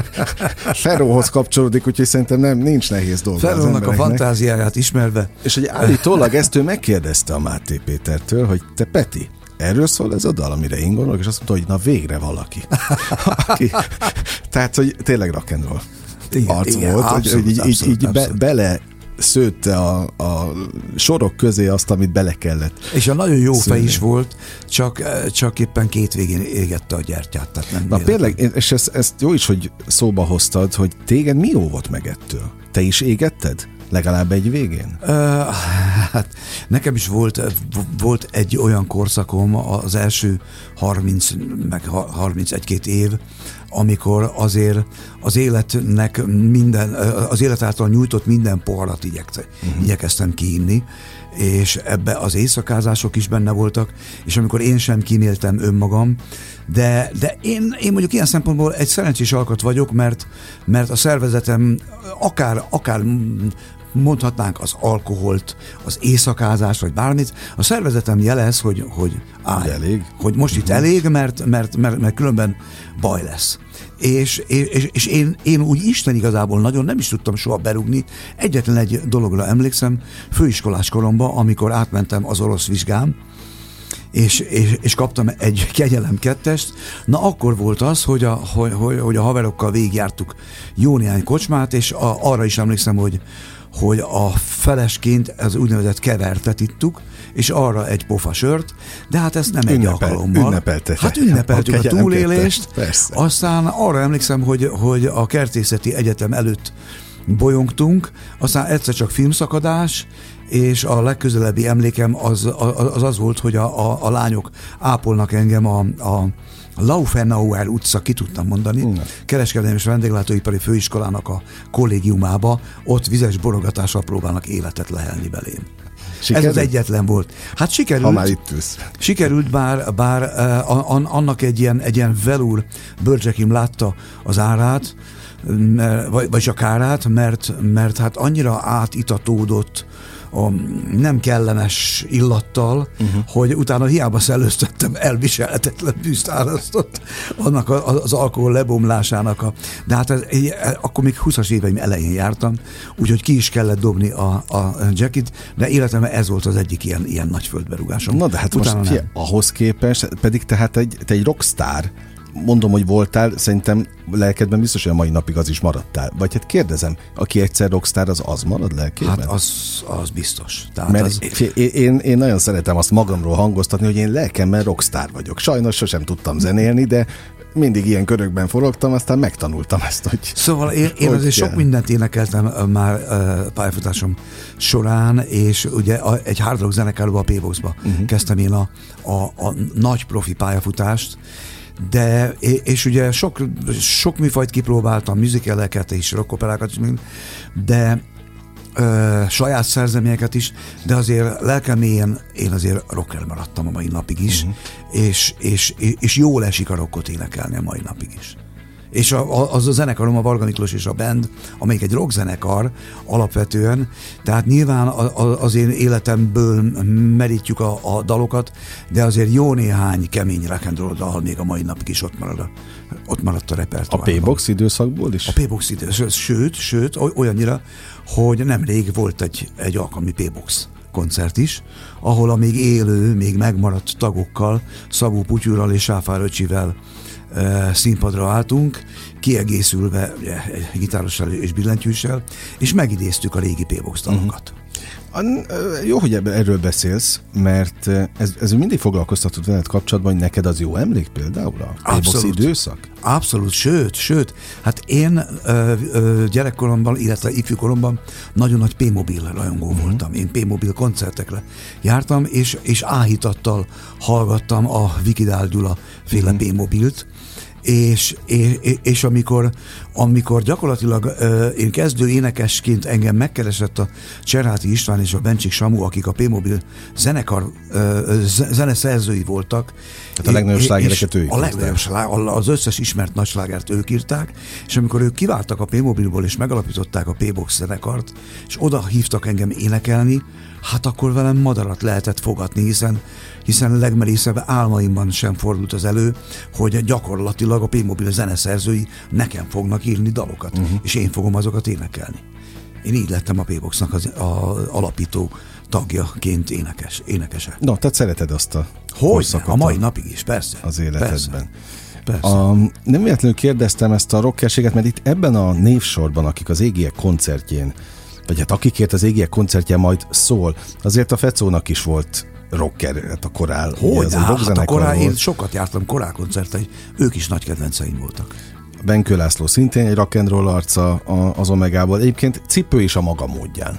Feróhoz kapcsolódik, úgyhogy szerintem nem, nincs nehéz dolga. Ferónak a fantáziáját ismerve. És hogy állítólag ezt ő megkérdezte a Máté Pétertől, hogy te Peti, erről szól ez a dal, amire én gondolok, és azt mondta, hogy na végre valaki. Aki, tehát, hogy tényleg rock and roll igen, arc igen, volt, abszolút, hogy így, abszolút, így, így be, bele szőtte a, a sorok közé azt, amit bele kellett. És a nagyon jó szőni. Fej is volt, csak, csak éppen két végén égette a gyertyát. Tehát nem na például, és ezt, ezt jó is, hogy szóba hoztad, hogy téged mi óvott meg ettől? Te is égetted? Legalább egy végén? Uh, hát nekem is volt, volt egy olyan korszakom az első harminc, meg harmincegy-két év, amikor azért az életnek minden, az élet által nyújtott minden poharat igyekte, uh-huh. igyekeztem kiinni, és ebbe az éjszakázások is benne voltak, és amikor én sem kíméltem önmagam, de, de én, én mondjuk ilyen szempontból egy szerencsés alkat vagyok, mert, mert a szervezetem akár, akár mondhatnánk az alkoholt, az éjszakázást, vagy bármit, a szervezetem jelez, hogy, hogy állj, elég. hogy most itt elég, mert, mert, mert, mert különben baj lesz. És, és, és én, én úgy Isten igazából nagyon nem is tudtam soha berúgni. Egyetlen egy dologra emlékszem, főiskolás koromban, amikor átmentem az orosz vizsgám, és, és, és kaptam egy kegyelem kettest, na akkor volt az, hogy a, hogy, hogy, hogy a haverokkal végigjártuk jó néhány kocsmát, és a, arra is emlékszem, hogy hogy a felesként az úgynevezett kevertet ittuk, és arra egy pofa sört, de hát ezt nem Ünnepel, egy alkalommal. Ünnepeltetek. Hát ünnepeltük a, a túlélést. Persze. Aztán arra emlékszem, hogy, hogy a Kertészeti Egyetem előtt bolyongtunk, aztán egyszer csak filmszakadás, és a legközelebbi emlékem az az, az volt, hogy a, a, a lányok ápolnak engem a, a Laufenauer utca, ki tudtam mondani, mm. kereskedelmi és vendéglátóipari főiskolának a kollégiumába, ott vizes borogatással próbálnak életet lehelni belém. Sikerült? Ez az egyetlen volt. Hát sikerült. Ha már itt ülsz. Sikerült, bár, bár uh, annak egy ilyen, egy ilyen velúr bőrcsekim látta az árát, mert, vagy, vagy csak árát, mert, mert hát annyira átitatódott a nem kellemes illattal, uh-huh. hogy utána hiába szellőztettem, elviselhetetlen bűzt árasztott annak a, az alkohol lebomlásának. A, de hát ez, akkor még húszas éveim elején jártam, úgyhogy ki is kellett dobni a, a jackit, de életemben ez volt az egyik ilyen, ilyen nagy földberúgásom. Na de hát utána most fia, ahhoz képest, pedig tehát egy, te egy rockstar, mondom, hogy voltál, szerintem lelkedben biztos, hogy a mai napig az is maradtál. Vagy hát kérdezem, aki egyszer rockstar, az az marad lelkében? Hát az, az biztos. Tehát Mert az... én, én nagyon szeretem azt magamról hangoztatni, hogy én lelkemben rockstar vagyok. Sajnos sosem tudtam zenélni, de mindig ilyen körökben forogtam, aztán megtanultam ezt, hogy... Szóval én, én hogy azért kell. Sok mindent énekeltem már uh, pályafutásom során, és ugye a, egy hard rock zenekárba, a P-Boxba uh-huh. kezdtem én a, a, a nagy profi pályafutást, de, és ugye sok, sok műfajt kipróbáltam, musicaleket és rockoperákat is, de ö, saját szerzeményeket is, de azért lelkemélyen én azért rocker maradtam a mai napig is, uh-huh. és, és, és jól esik a rockot énekelni a mai napig is. És a, az a zenekarom, a Varga Miklós és a band, amelyik egy rockzenekar alapvetően, tehát nyilván az én életemből merítjük a, a dalokat, de azért jó néhány kemény rock and roll dal még a mai napig is ott marad a, ott maradt a repertoárban. A P-Box időszakból is? A P-Box időszakból, sőt, sőt, olyannyira, hogy nemrég volt egy, egy alkalmi P-Box koncert is, ahol a még élő, még megmaradt tagokkal, Szabó Putyúrral és Sáfár Öcsivel színpadra álltunk, kiegészülve ugye, gitárossal és billentyűssel, és megidéztük a régi P-Box dalokat. Uh-huh. Jó, hogy erről beszélsz, mert ez, ez mindig foglalkoztatott veled kapcsolatban, hogy neked az jó emlék például a P-Box időszak? Abszolút, sőt, sőt, hát én ö, ö, gyerekkoromban, illetve ifjúkoromban nagyon nagy P-Mobil rajongó uh-huh. voltam. Én P-Mobil koncertekre jártam, és, és áhítattal hallgattam a Vikidál Gyula féle uh-huh. P-Mobilt, és, és, és amikor, amikor gyakorlatilag uh, én kezdő énekesként engem megkeresett a Cserháti István és a Bencsik Samu, akik a P-Mobil zenekar uh, zeneszerzői voltak. Tehát a legnagyobb slágereket ők A legnagyobb sláger, az összes ismert nagy slágert ők írták, és amikor ők kiváltak a P-Mobilból és megalapították a P-Box zenekart, és oda hívtak engem énekelni, hát akkor velem madarat lehetett fogatni, hiszen, hiszen legmerészebb álmaimban sem fordult az elő, hogy gyakorlatilag a P-Mobil zeneszerzői nekem fognak írni dalokat, uh-huh. és én fogom azokat énekelni. Én így lettem a P-Boxnak az a alapító tagjaként énekes, énekese. No, tehát szereted azt a Hogy a mai napig is, persze. Az életedben. Persze. Persze. A, nem véletlenül kérdeztem ezt a rockerséget, mert itt ebben a névsorban, akik az Égiek koncertjén, vagy hát akikért az Égiek koncertje majd szól, azért a Fecónak is volt rocker, hát a korál. Hogy? Az hát a korál, én sokat jártam korál koncerten, ők is nagy kedvenceim voltak. Benkő László szintén egy rock and roll arca az Omegából. Egyébként Cipő is a maga módján.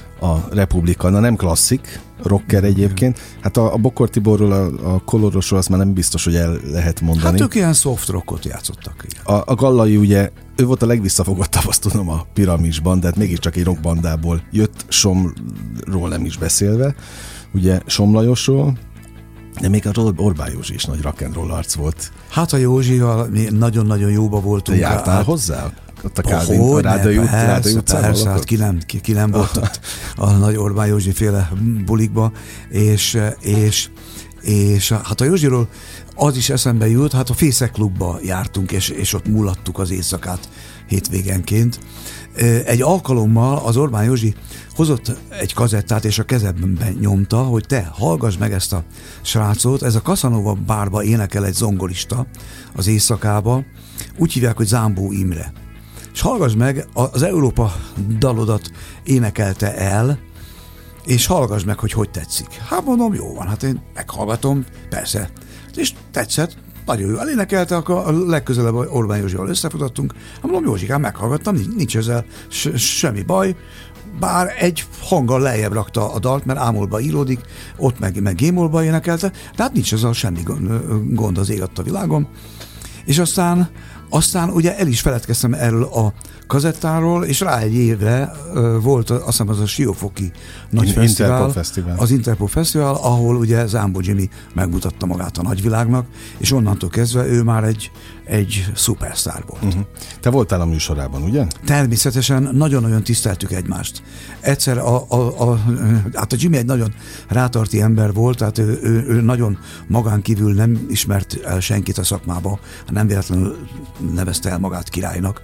A Republika, na nem klasszik, rocker egyébként. Hát a, a Bokor Tiborról, a, a Kolorosról azt már nem biztos, hogy el lehet mondani. Hát ők ilyen soft rockot játszottak. A, a Gallai ugye, ő volt a legvisszafogottabb, azt tudom, a Piramisban, de hát mégiscsak egy rockbandából jött, Somról nem is beszélve, ugye Som Lajosról, de még a Orbán Józsi is nagy rock and roll arc volt. Hát a Józsival mi nagyon-nagyon jóba voltunk. De jártál hát, hozzá? Ott a Kálvin, a Rádai utcában? Persze, hát ki nem, ki, ki nem volt ott a nagy Orbán Józsi féle bulikba, és, és, és hát a Józsiról az is eszembe jut, hát a Fészek klubba jártunk, és, és ott mulattuk az éjszakát hétvégenként. Egy alkalommal az Orbán Józsi hozott egy kazettát, és a kezemben nyomta, hogy te hallgass meg ezt a srácot, ez a Casanova bárba énekel egy zongorista az éjszakába, úgy hívják, hogy Zámbó Imre. és hallgass meg, az Európa dalodat énekelte el, és hallgass meg, hogy hogy tetszik. Hát mondom, jó van, hát én meghallgatom, persze. És tetszett, nagyon jó elénekelte, akkor a legközelebb Orbán Józsival összefutottunk. Hát mondom, Józsikám, meghallgattam, nincs ezzel semmi baj, bár egy hanggal lejjebb rakta a dalt, mert ámolba íródik, ott meg, meg gémolba énekelte, de hát nincs ezzel semmi gond az ég adta a világon. És aztán, aztán ugye el is feledkeztem erről a kazettáról, és rá egy évre uh, volt azt hiszem az a Siófoki nagy In- fesztivál, Interpol Fesztivál, az Interpol Fesztivál, ahol ugye Zámbó Jimmy megmutatta magát a nagyvilágnak, és onnantól kezdve ő már egy, egy szupersztár volt. Uh-huh. Te voltál a műsorában, ugye? Természetesen nagyon-nagyon tiszteltük egymást. Egyszer a, a, a, hát a Jimmy egy nagyon rátarti ember volt, tehát ő, ő, ő nagyon magán kívül nem ismert el senkit a szakmába, nem véletlenül nevezte el magát királynak.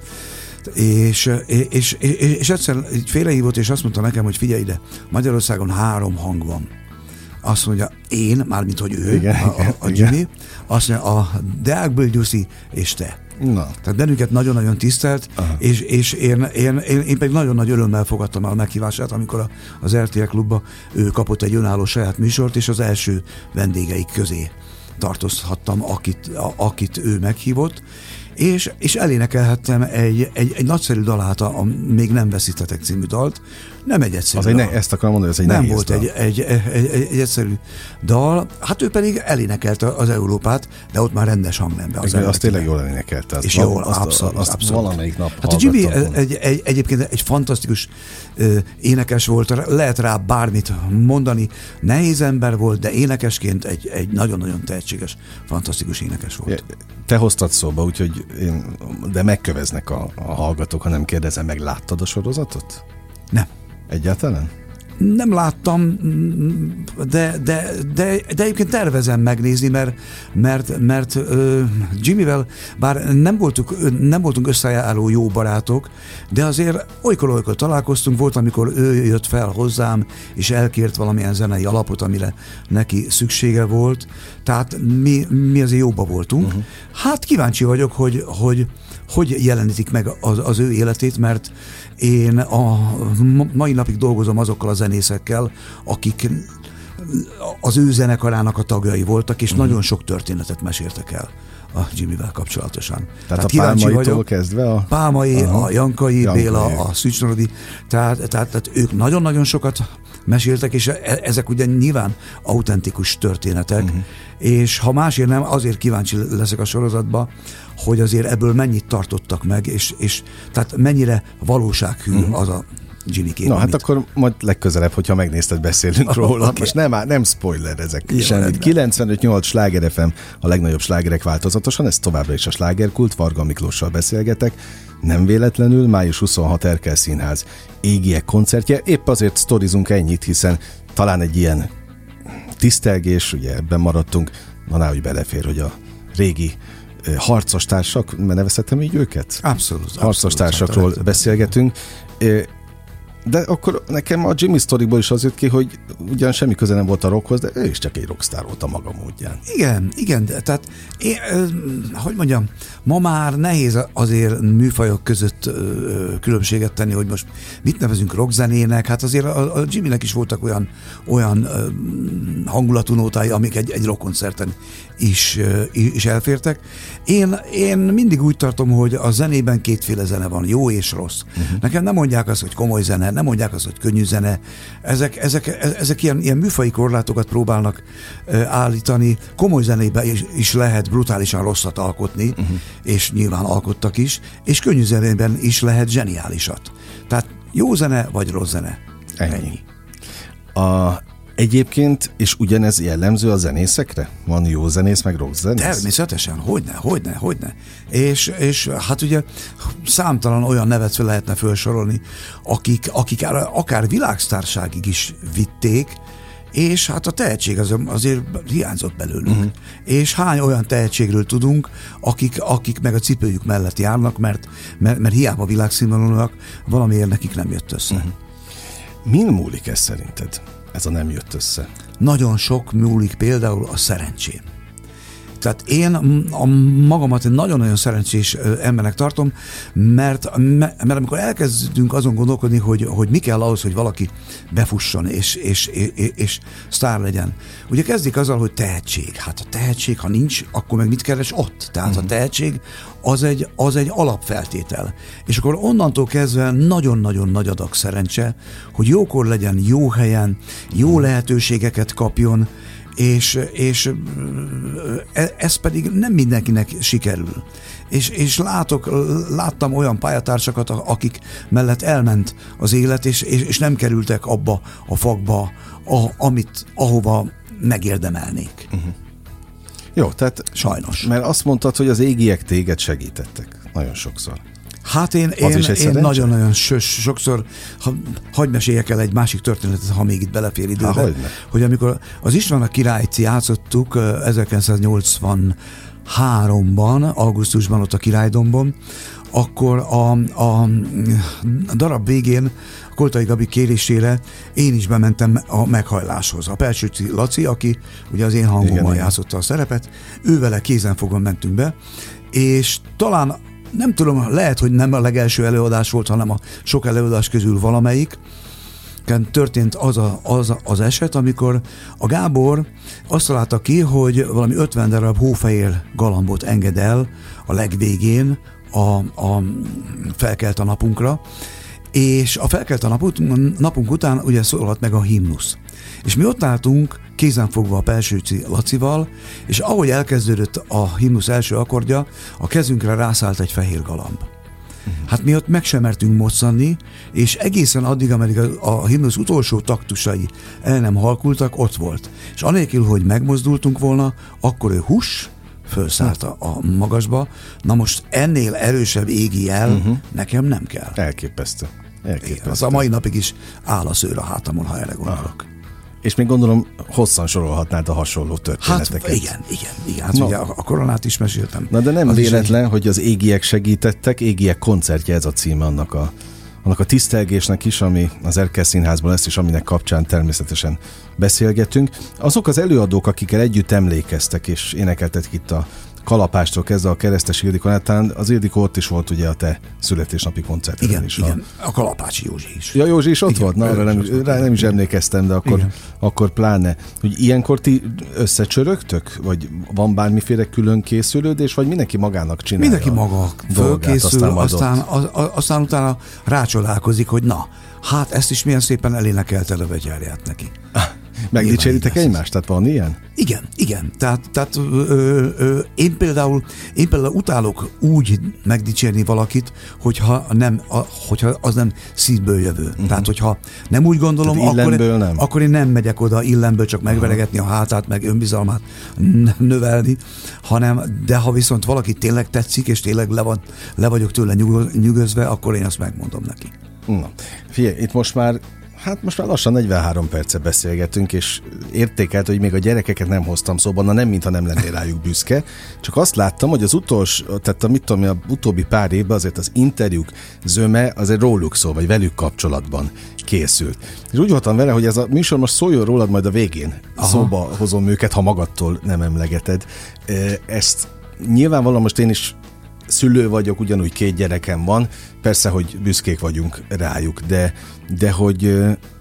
És, és, és, és egyszer félrehívott, és azt mondta nekem, hogy figyelj ide, Magyarországon három hang van. Azt mondja, én, mármint hogy ő, igen, a, a, a Jimmy, igen. Azt mondja, a Deák Bölgyuszi és te. Na. Tehát bennünket nagyon-nagyon tisztelt, aha. és, és én, én, én, én pedig nagyon nagy örömmel fogadtam el a meghívását, amikor a, az er té el klubba ő kapott egy önálló saját műsort, és az első vendégeik közé tartozhattam, akit, a, akit ő meghívott, és, és elénekelhettem egy, egy, egy nagyszerű dalát, a, a Még nem veszítetek című dalt. Nem egy egyszerű az dal. Egy ne, ezt akarom mondani, ez egy nem nehéz volt dal. Egy, egy, egy, egy, egy egyszerű dal. Hát ő pedig elénekelte az Európát, de ott már rendes hangnemben. Az azt tényleg jól elénekelte. És jól, azt, abszolút. Azt abszolút. valamelyik nap hát a Jimmy egy, egy, egyébként egy fantasztikus ö, énekes volt, lehet rá bármit mondani. Nehéz ember volt, de énekesként egy, egy nagyon-nagyon tehetséges, fantasztikus énekes volt. Te hoztad szóba, úgyhogy én, de megköveznek a, a hallgatók, ha nem kérdezem meg, láttad a sorozatot? Nem. Egyáltalán? Nem láttam, de, de, de, de egyébként tervezem megnézni, mert, mert, mert uh, Jimmyvel, bár nem, voltunk, nem voltunk összejáró jó barátok, de azért olykor-olykor találkoztunk, volt, amikor ő jött fel hozzám, és elkért valamilyen zenei alapot, amire neki szüksége volt, tehát mi, mi azért jóba voltunk. Uh-huh. Hát kíváncsi vagyok, hogy, hogy hogy jelenítik meg az, az ő életét, mert én a mai napig dolgozom azokkal a zenészekkel, akik az ő zenekarának a tagjai voltak, és mm. nagyon sok történetet meséltek el a Jimmyvel kapcsolatosan. Tehát, tehát a Pálmaitól kezdve? A... Pálmai, Aha. a Jankai, Jankai, Béla, a Szűcs Norodi, tehát, tehát, tehát ők nagyon-nagyon sokat meséltek, és ezek ugye nyilván autentikus történetek, uh-huh. és ha másért nem, azért kíváncsi leszek a sorozatba, hogy azért ebből mennyit tartottak meg, és, és tehát mennyire valósághű uh-huh. az a Jimmy kép. Na hát akkor majd legközelebb, hogyha megnézted, beszélünk róla. Okay. Most nem, nem spoiler ezek. kilencvenöt nyolc Sláger ef em, a legnagyobb slágerek változatosan, ez továbbra is a Slágerkult, Varga Miklóssal beszélgetek. Nem véletlenül, május huszonhatodika Erkel Színház Égiek koncertje. Épp azért sztorizunk ennyit, hiszen talán egy ilyen tisztelgés, ugye ebben maradtunk, van hogy belefér, hogy a régi harcos társak, nevezhetem így őket? Abszolút. Harcos társakról beszélgetünk. De akkor nekem a Jimmy sztoriból is az jött ki, hogy ugyan semmi köze nem volt a rockhoz, de ő is csak egy rockstar volt a maga módján. Igen, igen, de tehát én, hogy mondjam, ma már nehéz azért műfajok között különbséget tenni, hogy most mit nevezünk rockzenének, hát azért a, a Jimmynek is voltak olyan, olyan hangulatú nótái, amik egy, egy rockkoncerten is, is elfértek. Én, én mindig úgy tartom, hogy a zenében kétféle zene van, jó és rossz. Uh-huh. Nekem nem mondják azt, hogy komoly zene, nem mondják azt, hogy könnyű zene. Ezek, ezek, ezek ilyen, ilyen műfaji korlátokat próbálnak uh, állítani. Komoly zenébe is, is lehet brutálisan rosszat alkotni, uh-huh. és nyilván alkottak is, és könnyű zenében is lehet zseniálisat. Tehát jó zene vagy rossz zene. Ennyi. Ennyi. A Egyébként, és ugyanez jellemző a zenészekre? Van jó zenész, meg rossz zenész? Természetesen, hogyne, hogyne, hogyne. És, és hát ugye számtalan olyan nevet fel lehetne felsorolni, akik, akik akár világsztárságig is vitték, és hát a tehetség az, azért hiányzott belőlük. Uh-huh. És hány olyan tehetségről tudunk, akik, akik meg a cipőjük mellett járnak, mert, mert, mert hiába világszínvonalúak, valamiért nekik nem jött össze. Uh-huh. Min múlik ez szerinted? Ez a nem jött össze. Nagyon sok múlik például a szerencsén. Tehát én a magamat egy nagyon-nagyon szerencsés embernek tartom, mert, mert amikor elkezdünk azon gondolkodni, hogy, hogy mi kell ahhoz, hogy valaki befusson és, és, és, és sztár legyen. Ugye kezdik azzal, hogy tehetség. Hát a tehetség, ha nincs, akkor meg mit keres ott? Tehát uh-huh. a tehetség az egy, az egy alapfeltétel. És akkor onnantól kezdve nagyon-nagyon nagy adag szerencse, hogy jókor legyen, jó helyen, jó lehetőségeket kapjon, és, és ez pedig nem mindenkinek sikerül. És, és látok, láttam olyan pályatársakat, akik mellett elment az élet, és, és, és nem kerültek abba a fakba, a, amit, ahova megérdemelnék. Uh-huh. Jó, tehát sajnos. Mert azt mondtad, hogy az égiek téged segítettek nagyon sokszor. Hát én, én, én nagyon-nagyon sokszor, ha, hagyj meséljek el egy másik történetet, ha még itt belefér időbe, Há, hogy amikor az István a királyt játszottuk ezerkilencszáznyolcvanháromban, augusztusban ott a Királydombon, akkor a, a darab végén a Koltai Gabi kérésére én is bementem a meghajláshoz. A Pelsőci Laci, aki ugye az én hangommal játszotta a szerepet, ővele kézenfogva mentünk be, és talán nem tudom, lehet, hogy nem a legelső előadás volt, hanem a sok előadás közül valamelyik. Történt az, a, az az eset, amikor a Gábor azt találta ki, hogy valami ötven darab hófehér galambot enged el a legvégén a, a felkelt a napunkra, és a felkelt a napunk, napunk után ugye szólhat meg a himnusz. És mi ott álltunk kézenfogva a Pelsőci Lacival, és ahogy elkezdődött a himnusz első akkordja, a kezünkre rászállt egy fehér galamb. Hát mi ott meg sem mertünk moccani, és egészen addig, ameddig a, a himnusz utolsó taktusai el nem halkultak, ott volt. És anélkül, hogy megmozdultunk volna, akkor ő hús, fölszállt a, a magasba. Na most ennél erősebb égi jel uh-huh. nekem nem kell. Elképesztő. Elképesztő. Az a mai napig is áll a szőr a hátamon, ha erre gondolok. Ah. És még gondolom hosszan sorolhatnád a hasonló történeteket. Hát igen, igen, igen. Hát no. ugye a, a koronát is meséltem. Na de nem az véletlen, egy... hogy az égiek segítettek, égiek koncertje, ez a címe annak a, annak a tisztelgésnek is, ami az Erkel Színházban lesz, és aminek kapcsán természetesen beszélgetünk. Azok az előadók, akikkel együtt emlékeztek, és énekeltetek itt a Kalapástól kezdve a Keresztes Ildikó, talán az Ildikó ott is volt ugye a te születésnapi koncerteden igen, is. Igen, a, a Kalapácsi Józsi is. Ja, Józsi is ott igen, volt? Na, arra nem, rá nem is emlékeztem, de akkor, akkor pláne. Hogy ilyenkor ti összecsörögtök? Vagy van bármiféle külön készülődés? Vagy mindenki magának csinálja? Mindenki maga fölkészül, aztán, aztán, az, aztán utána rácsodálkozik, hogy na, hát ezt is milyen szépen elénekelted a Begyárját neki. Megdicséritek egymást? Tehát van ilyen? Igen, igen. Tehát, tehát ö, ö, én, például, én például utálok úgy megdicsérni valakit, hogyha, nem, a, hogyha az nem szívből jövő. Uh-huh. Tehát, hogyha nem úgy gondolom, akkor, nem. akkor én nem megyek oda illemből csak megveregetni a hátát, meg önbizalmát növelni, hanem, de ha viszont valaki tényleg tetszik, és tényleg le, van, le vagyok tőle nyugözve, akkor én azt megmondom neki. Na, figyelj, itt most már Hát most már lassan negyvenhárom perce beszélgetünk, és értékelt, hogy még a gyerekeket nem hoztam szóba, na nem, mintha nem lennél rájuk büszke. Csak azt láttam, hogy az utolsó, tehát a, mit tudom, a utóbbi pár évben azért az interjúk zöme azért róluk szól, vagy velük kapcsolatban készült. És úgy voltam vele, hogy ez a műsor most szóljon rólad majd a végén. Aha. Szóba hozom őket, ha magadtól nem emlegeted. Ezt nyilvánvalóan most én is szülő vagyok, ugyanúgy két gyerekem van, persze, hogy büszkék vagyunk rájuk, de, de hogy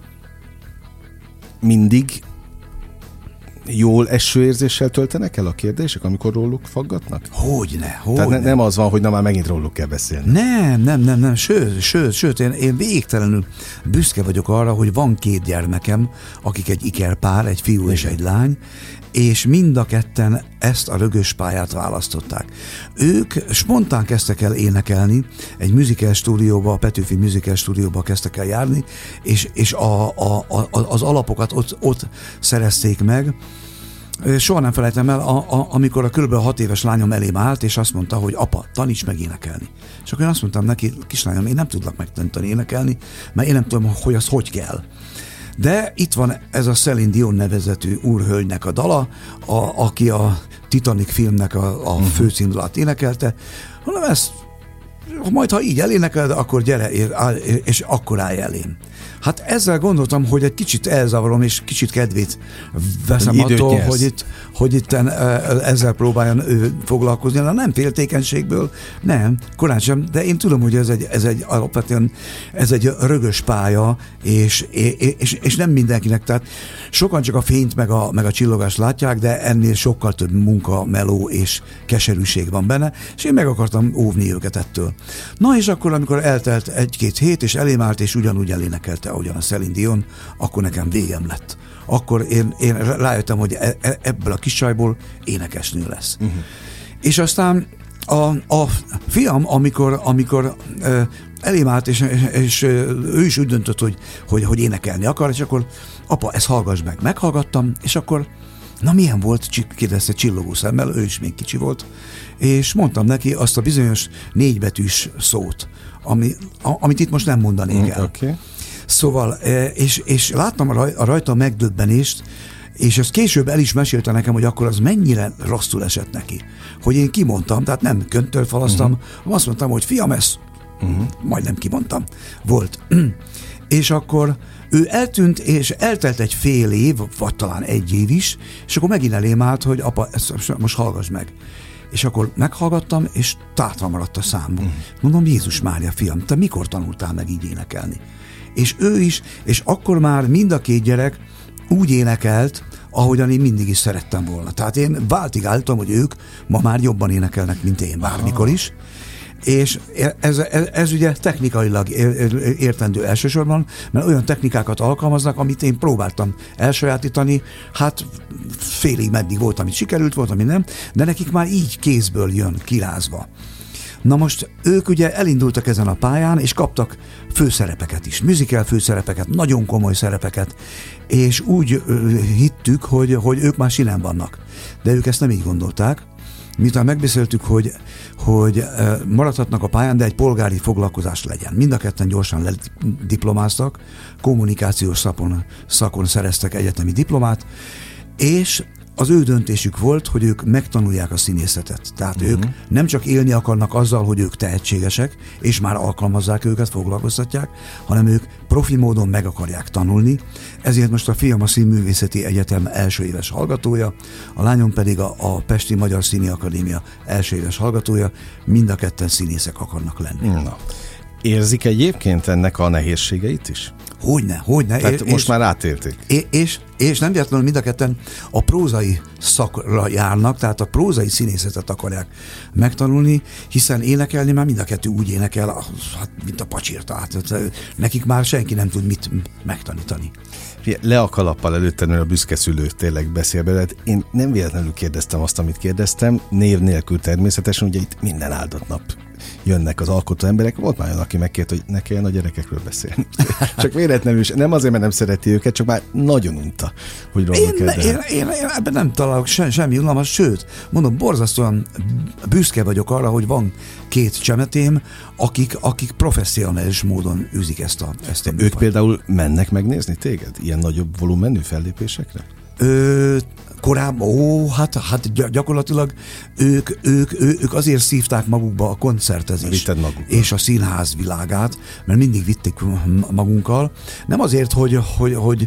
mindig jól eső érzéssel töltenek el a kérdések, amikor róluk faggatnak? Hogyne, hogyne. Tehát ne, nem az van, hogy na már megint róluk kell beszélni. Nem, nem, nem, nem, sőt, sőt, sőt én, én végtelenül büszke vagyok arra, hogy van két gyermekem, akik egy ikerpár, egy fiú Igen. és egy lány, és mind a ketten ezt a rögös pályát választották. Ők spontán kezdtek el énekelni, egy musical stúdióba, a Petőfi Musical stúdióba kezdtek el járni, és, és a, a, a, az alapokat ott, ott szerezték meg. Soha nem felejtem el, a, a, amikor a kb. hat éves lányom elém állt, és azt mondta, hogy apa, taníts meg énekelni. És akkor én azt mondtam neki, kislányom, én nem tudlak megtanítani énekelni, mert én nem tudom, hogy az hogy kell. De itt van ez a Celine Dion nevezetű úrhölgynek a dala, a, aki a Titanic filmnek a, a főcímdalát énekelte, hanem ezt majd ha így elénekeled, akkor gyere, és akkor állj elém. Hát ezzel gondoltam, hogy egy kicsit elzavarom, és kicsit kedvét veszem Időt attól, nyersz. hogy itt, hogy itt ezzel próbáljon ő foglalkozni. Na, nem féltékenységből, nem, korán sem, de én tudom, hogy ez egy, ez egy alapvetően ez egy rögös pálya, és, és, és nem mindenkinek, tehát sokan csak a fényt meg a, meg a csillogást látják, de ennél sokkal több munka, meló és keserűség van benne, és én meg akartam óvni őket ettől. Na és akkor, amikor eltelt egy-két hét, és elém állt, és ugyanúgy elénekelte, ahogyan a Celine Dion, akkor nekem végem lett. Akkor én, én rájöttem, hogy ebből a kis csajból énekesnő lesz. Uh-huh. És aztán a, a fiam, amikor, amikor uh, elém állt, és, és ő is úgy döntött, hogy, hogy, hogy énekelni akar, és akkor apa, ezt hallgass meg. Meghallgattam, és akkor na milyen volt, kérdezte csillogó szemmel, ő is még kicsi volt, és mondtam neki azt a bizonyos négybetűs szót, ami, a, amit itt most nem mondanék el. Okay. Szóval, és, és láttam a, raj, a rajta megdöbbenést, és ezt később el is mesélte nekem, hogy akkor az mennyire rosszul esett neki. Hogy én kimondtam, tehát nem köntörfalasztam, uh-huh. azt mondtam, hogy fiam, ezt uh-huh. majdnem kimondtam. Volt. És akkor ő eltűnt, és eltelt egy fél év, vagy talán egy év is, és akkor megint elém állt, hogy apa, ezt most hallgass meg. És akkor meghallgattam, és tátva maradt a számból. Uh-huh. Mondom, Jézus Mária, fiam, te mikor tanultál meg így énekelni? És ő is, és akkor már mind a két gyerek úgy énekelt, ahogyan én mindig is szerettem volna. Tehát én váltig álltam, hogy ők ma már jobban énekelnek, mint én bármikor is. És ez, ez, ez ugye technikailag értendő elsősorban, mert olyan technikákat alkalmaznak, amit én próbáltam elsajátítani, hát félig meddig volt, amit sikerült, volt, ami nem, de nekik már így kézből jön kirázva. Na most ők ugye elindultak ezen a pályán, és kaptak főszerepeket is, musical főszerepeket, nagyon komoly szerepeket, és úgy hittük, hogy, hogy ők már sinen vannak. De ők ezt nem így gondolták. Miután megbeszéltük, hogy, hogy maradhatnak a pályán, de egy polgári foglalkozás legyen. Mind a ketten gyorsan lediplomáztak, kommunikációs szakon, szakon szereztek egyetemi diplomát, és az ő döntésük volt, hogy ők megtanulják a színészetet. Tehát uh-huh. ők nem csak élni akarnak azzal, hogy ők tehetségesek, és már alkalmazzák őket, foglalkoztatják, hanem ők profi módon meg akarják tanulni. Ezért most a fiam a Színművészeti Egyetem első éves hallgatója, a lányom pedig a, a Pesti Magyar Színi Akadémia első éves hallgatója, mind a ketten színészek akarnak lenni. Na. Érzik egyébként ennek a nehézségeit is? Hogyne, hogyne. Tehát és, most már átélték. És, és, és nem véletlenül mind a ketten a prózai szakra járnak, tehát a prózai színészetet akarják megtanulni, hiszen énekelni már mind a kettő úgy énekel, hát, mint a pacsirta. Hát, nekik már senki nem tud mit megtanítani. Le a kalappal előtted, mert a büszke szülő tényleg beszél belőled. Én nem véletlenül kérdeztem azt, amit kérdeztem, név nélkül természetesen, ugye itt minden áldott nap jönnek az alkotó emberek. Volt már olyan, aki megkért, hogy ne kelljen a gyerekekről beszélni. Csak véletlenül is, nem azért, mert nem szereti őket, csak már nagyon unta, hogy róluk én, én, én, én ebben nem találok se, semmi unalmas, sőt, mondom, borzasztóan büszke vagyok arra, hogy van két csemetém, akik, akik professzionális módon űzik ezt a ezt a Ők például mennek megnézni téged? Ilyen nagyobb volumenű fellépésekre? Ö, korábban, ó, hát, hát gyakorlatilag ők, ők, ők azért szívták magukba a koncertezést és a színház világát, mert mindig vitték magunkkal. Nem azért, hogy, hogy, hogy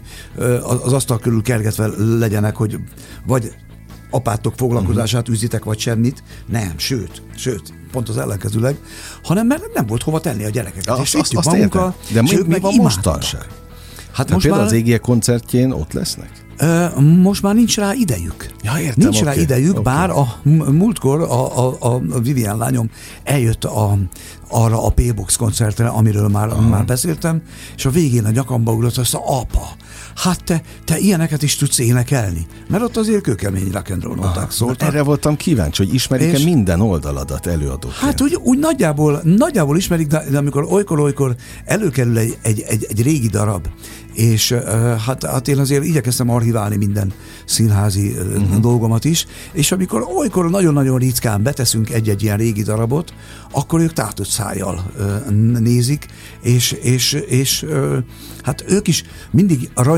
az asztal körül kergetve legyenek, hogy vagy apátok foglalkozását űzitek, vagy semmit. Nem, sőt, sőt, pont az ellenkezőleg, hanem mert nem volt hova tenni a gyerekeket. Azt, és azt, azt magunkkal, de mi, mi van mostanság? Hát most például már... az Égiek koncertjén ott lesznek? Most már nincs rá idejük. Ja, értem, nincs okay, rá idejük, okay. Bár a múltkor a, a, a Vivian lányom eljött a, arra a P-Box koncertre, amiről már, uh-huh. már beszéltem, és a végén a nyakamba ugrott, azt mondta, apa, hát te, te ilyeneket is tudsz énekelni. Mert ott azért kőkemény rock and roll noták szóltak. Erre voltam kíváncsi, hogy ismerik-e és minden oldaladat előadóként. Hát úgy, úgy nagyjából, nagyjából ismerik, de, de amikor olykor-olykor előkerül egy, egy, egy, egy régi darab, és uh, hát, hát én azért igyekeztem archiválni minden színházi uh-huh. dolgomat is, és amikor olykor nagyon-nagyon ritkán beteszünk egy-egy ilyen régi darabot, akkor ők tátott szájjal uh, nézik, és, és, és uh, hát ők is mindig rajongóak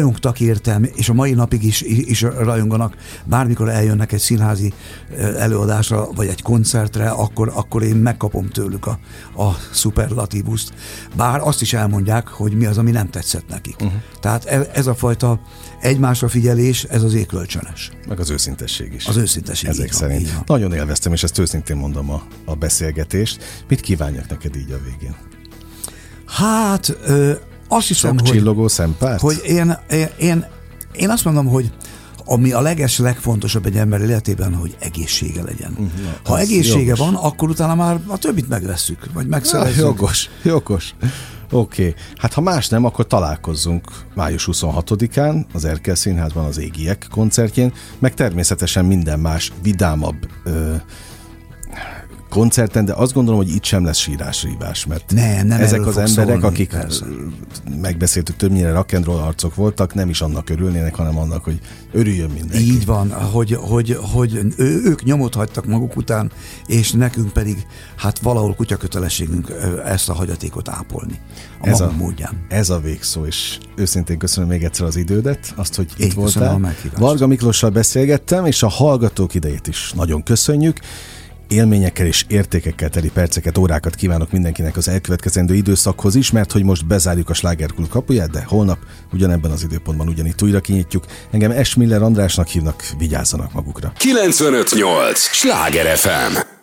rajongtak értem, és a mai napig is, is rajonganak, bármikor eljönnek egy színházi előadásra, vagy egy koncertre, akkor, akkor én megkapom tőlük a, a szuperlatívuszt. Bár azt is elmondják, hogy mi az, ami nem tetszett nekik. Uh-huh. Tehát ez a fajta egymásra figyelés, ez azért kölcsönös. Meg az őszintesség is. Az őszintesség. Ezek van, szerint. Nagyon élveztem, és ezt őszintén mondom a, a beszélgetést. Mit kívánjak neked így a végén? Hát, ö, azt hiszem, Sok hogy, csillogó szempárt? hogy én, én, én, én azt mondom, hogy ami a leges, legfontosabb egy ember életében, hogy egészsége legyen. Uh-huh. Ha egészsége jogos. van, akkor utána már a többit megvesszük, vagy megszerezzük. Ja, jogos, jogos. Oké, okay. Hát ha más nem, akkor találkozzunk május huszonhatodikán az Erkel Színházban az Égiek koncertjén, meg természetesen minden más vidámabb ö, koncerten, de azt gondolom, hogy itt sem lesz sírás-rívás, mert nem, nem ezek az emberek, szólni, akik persze. megbeszéltük, többnyire rock and roll arcok voltak, nem is annak örülnének, hanem annak, hogy örüljön mindenki. Így van, hogy, hogy, hogy ő, ők nyomot hagytak maguk után, és nekünk pedig hát valahol kutyakötelességünk ezt a hagyatékot ápolni. A ez magunk a, módján. Ez a végszó, és őszintén köszönöm még egyszer az idődet, azt, hogy Én itt voltál. Varga Miklóssal beszélgettem, és a hallgatók idejét is nagyon köszönjük. Élményekkel és értékekkel teli perceket, órákat kívánok mindenkinek az elkövetkezendő időszakhoz is, mert hogy most bezárjuk a Slágerkult kapuját, de holnap ugyanebben az időpontban ugyanitt újra kinyitjuk. Engem Esmiller Andrásnak hívnak, vigyázzanak magukra. kilencvenöt nyolc Sláger ef em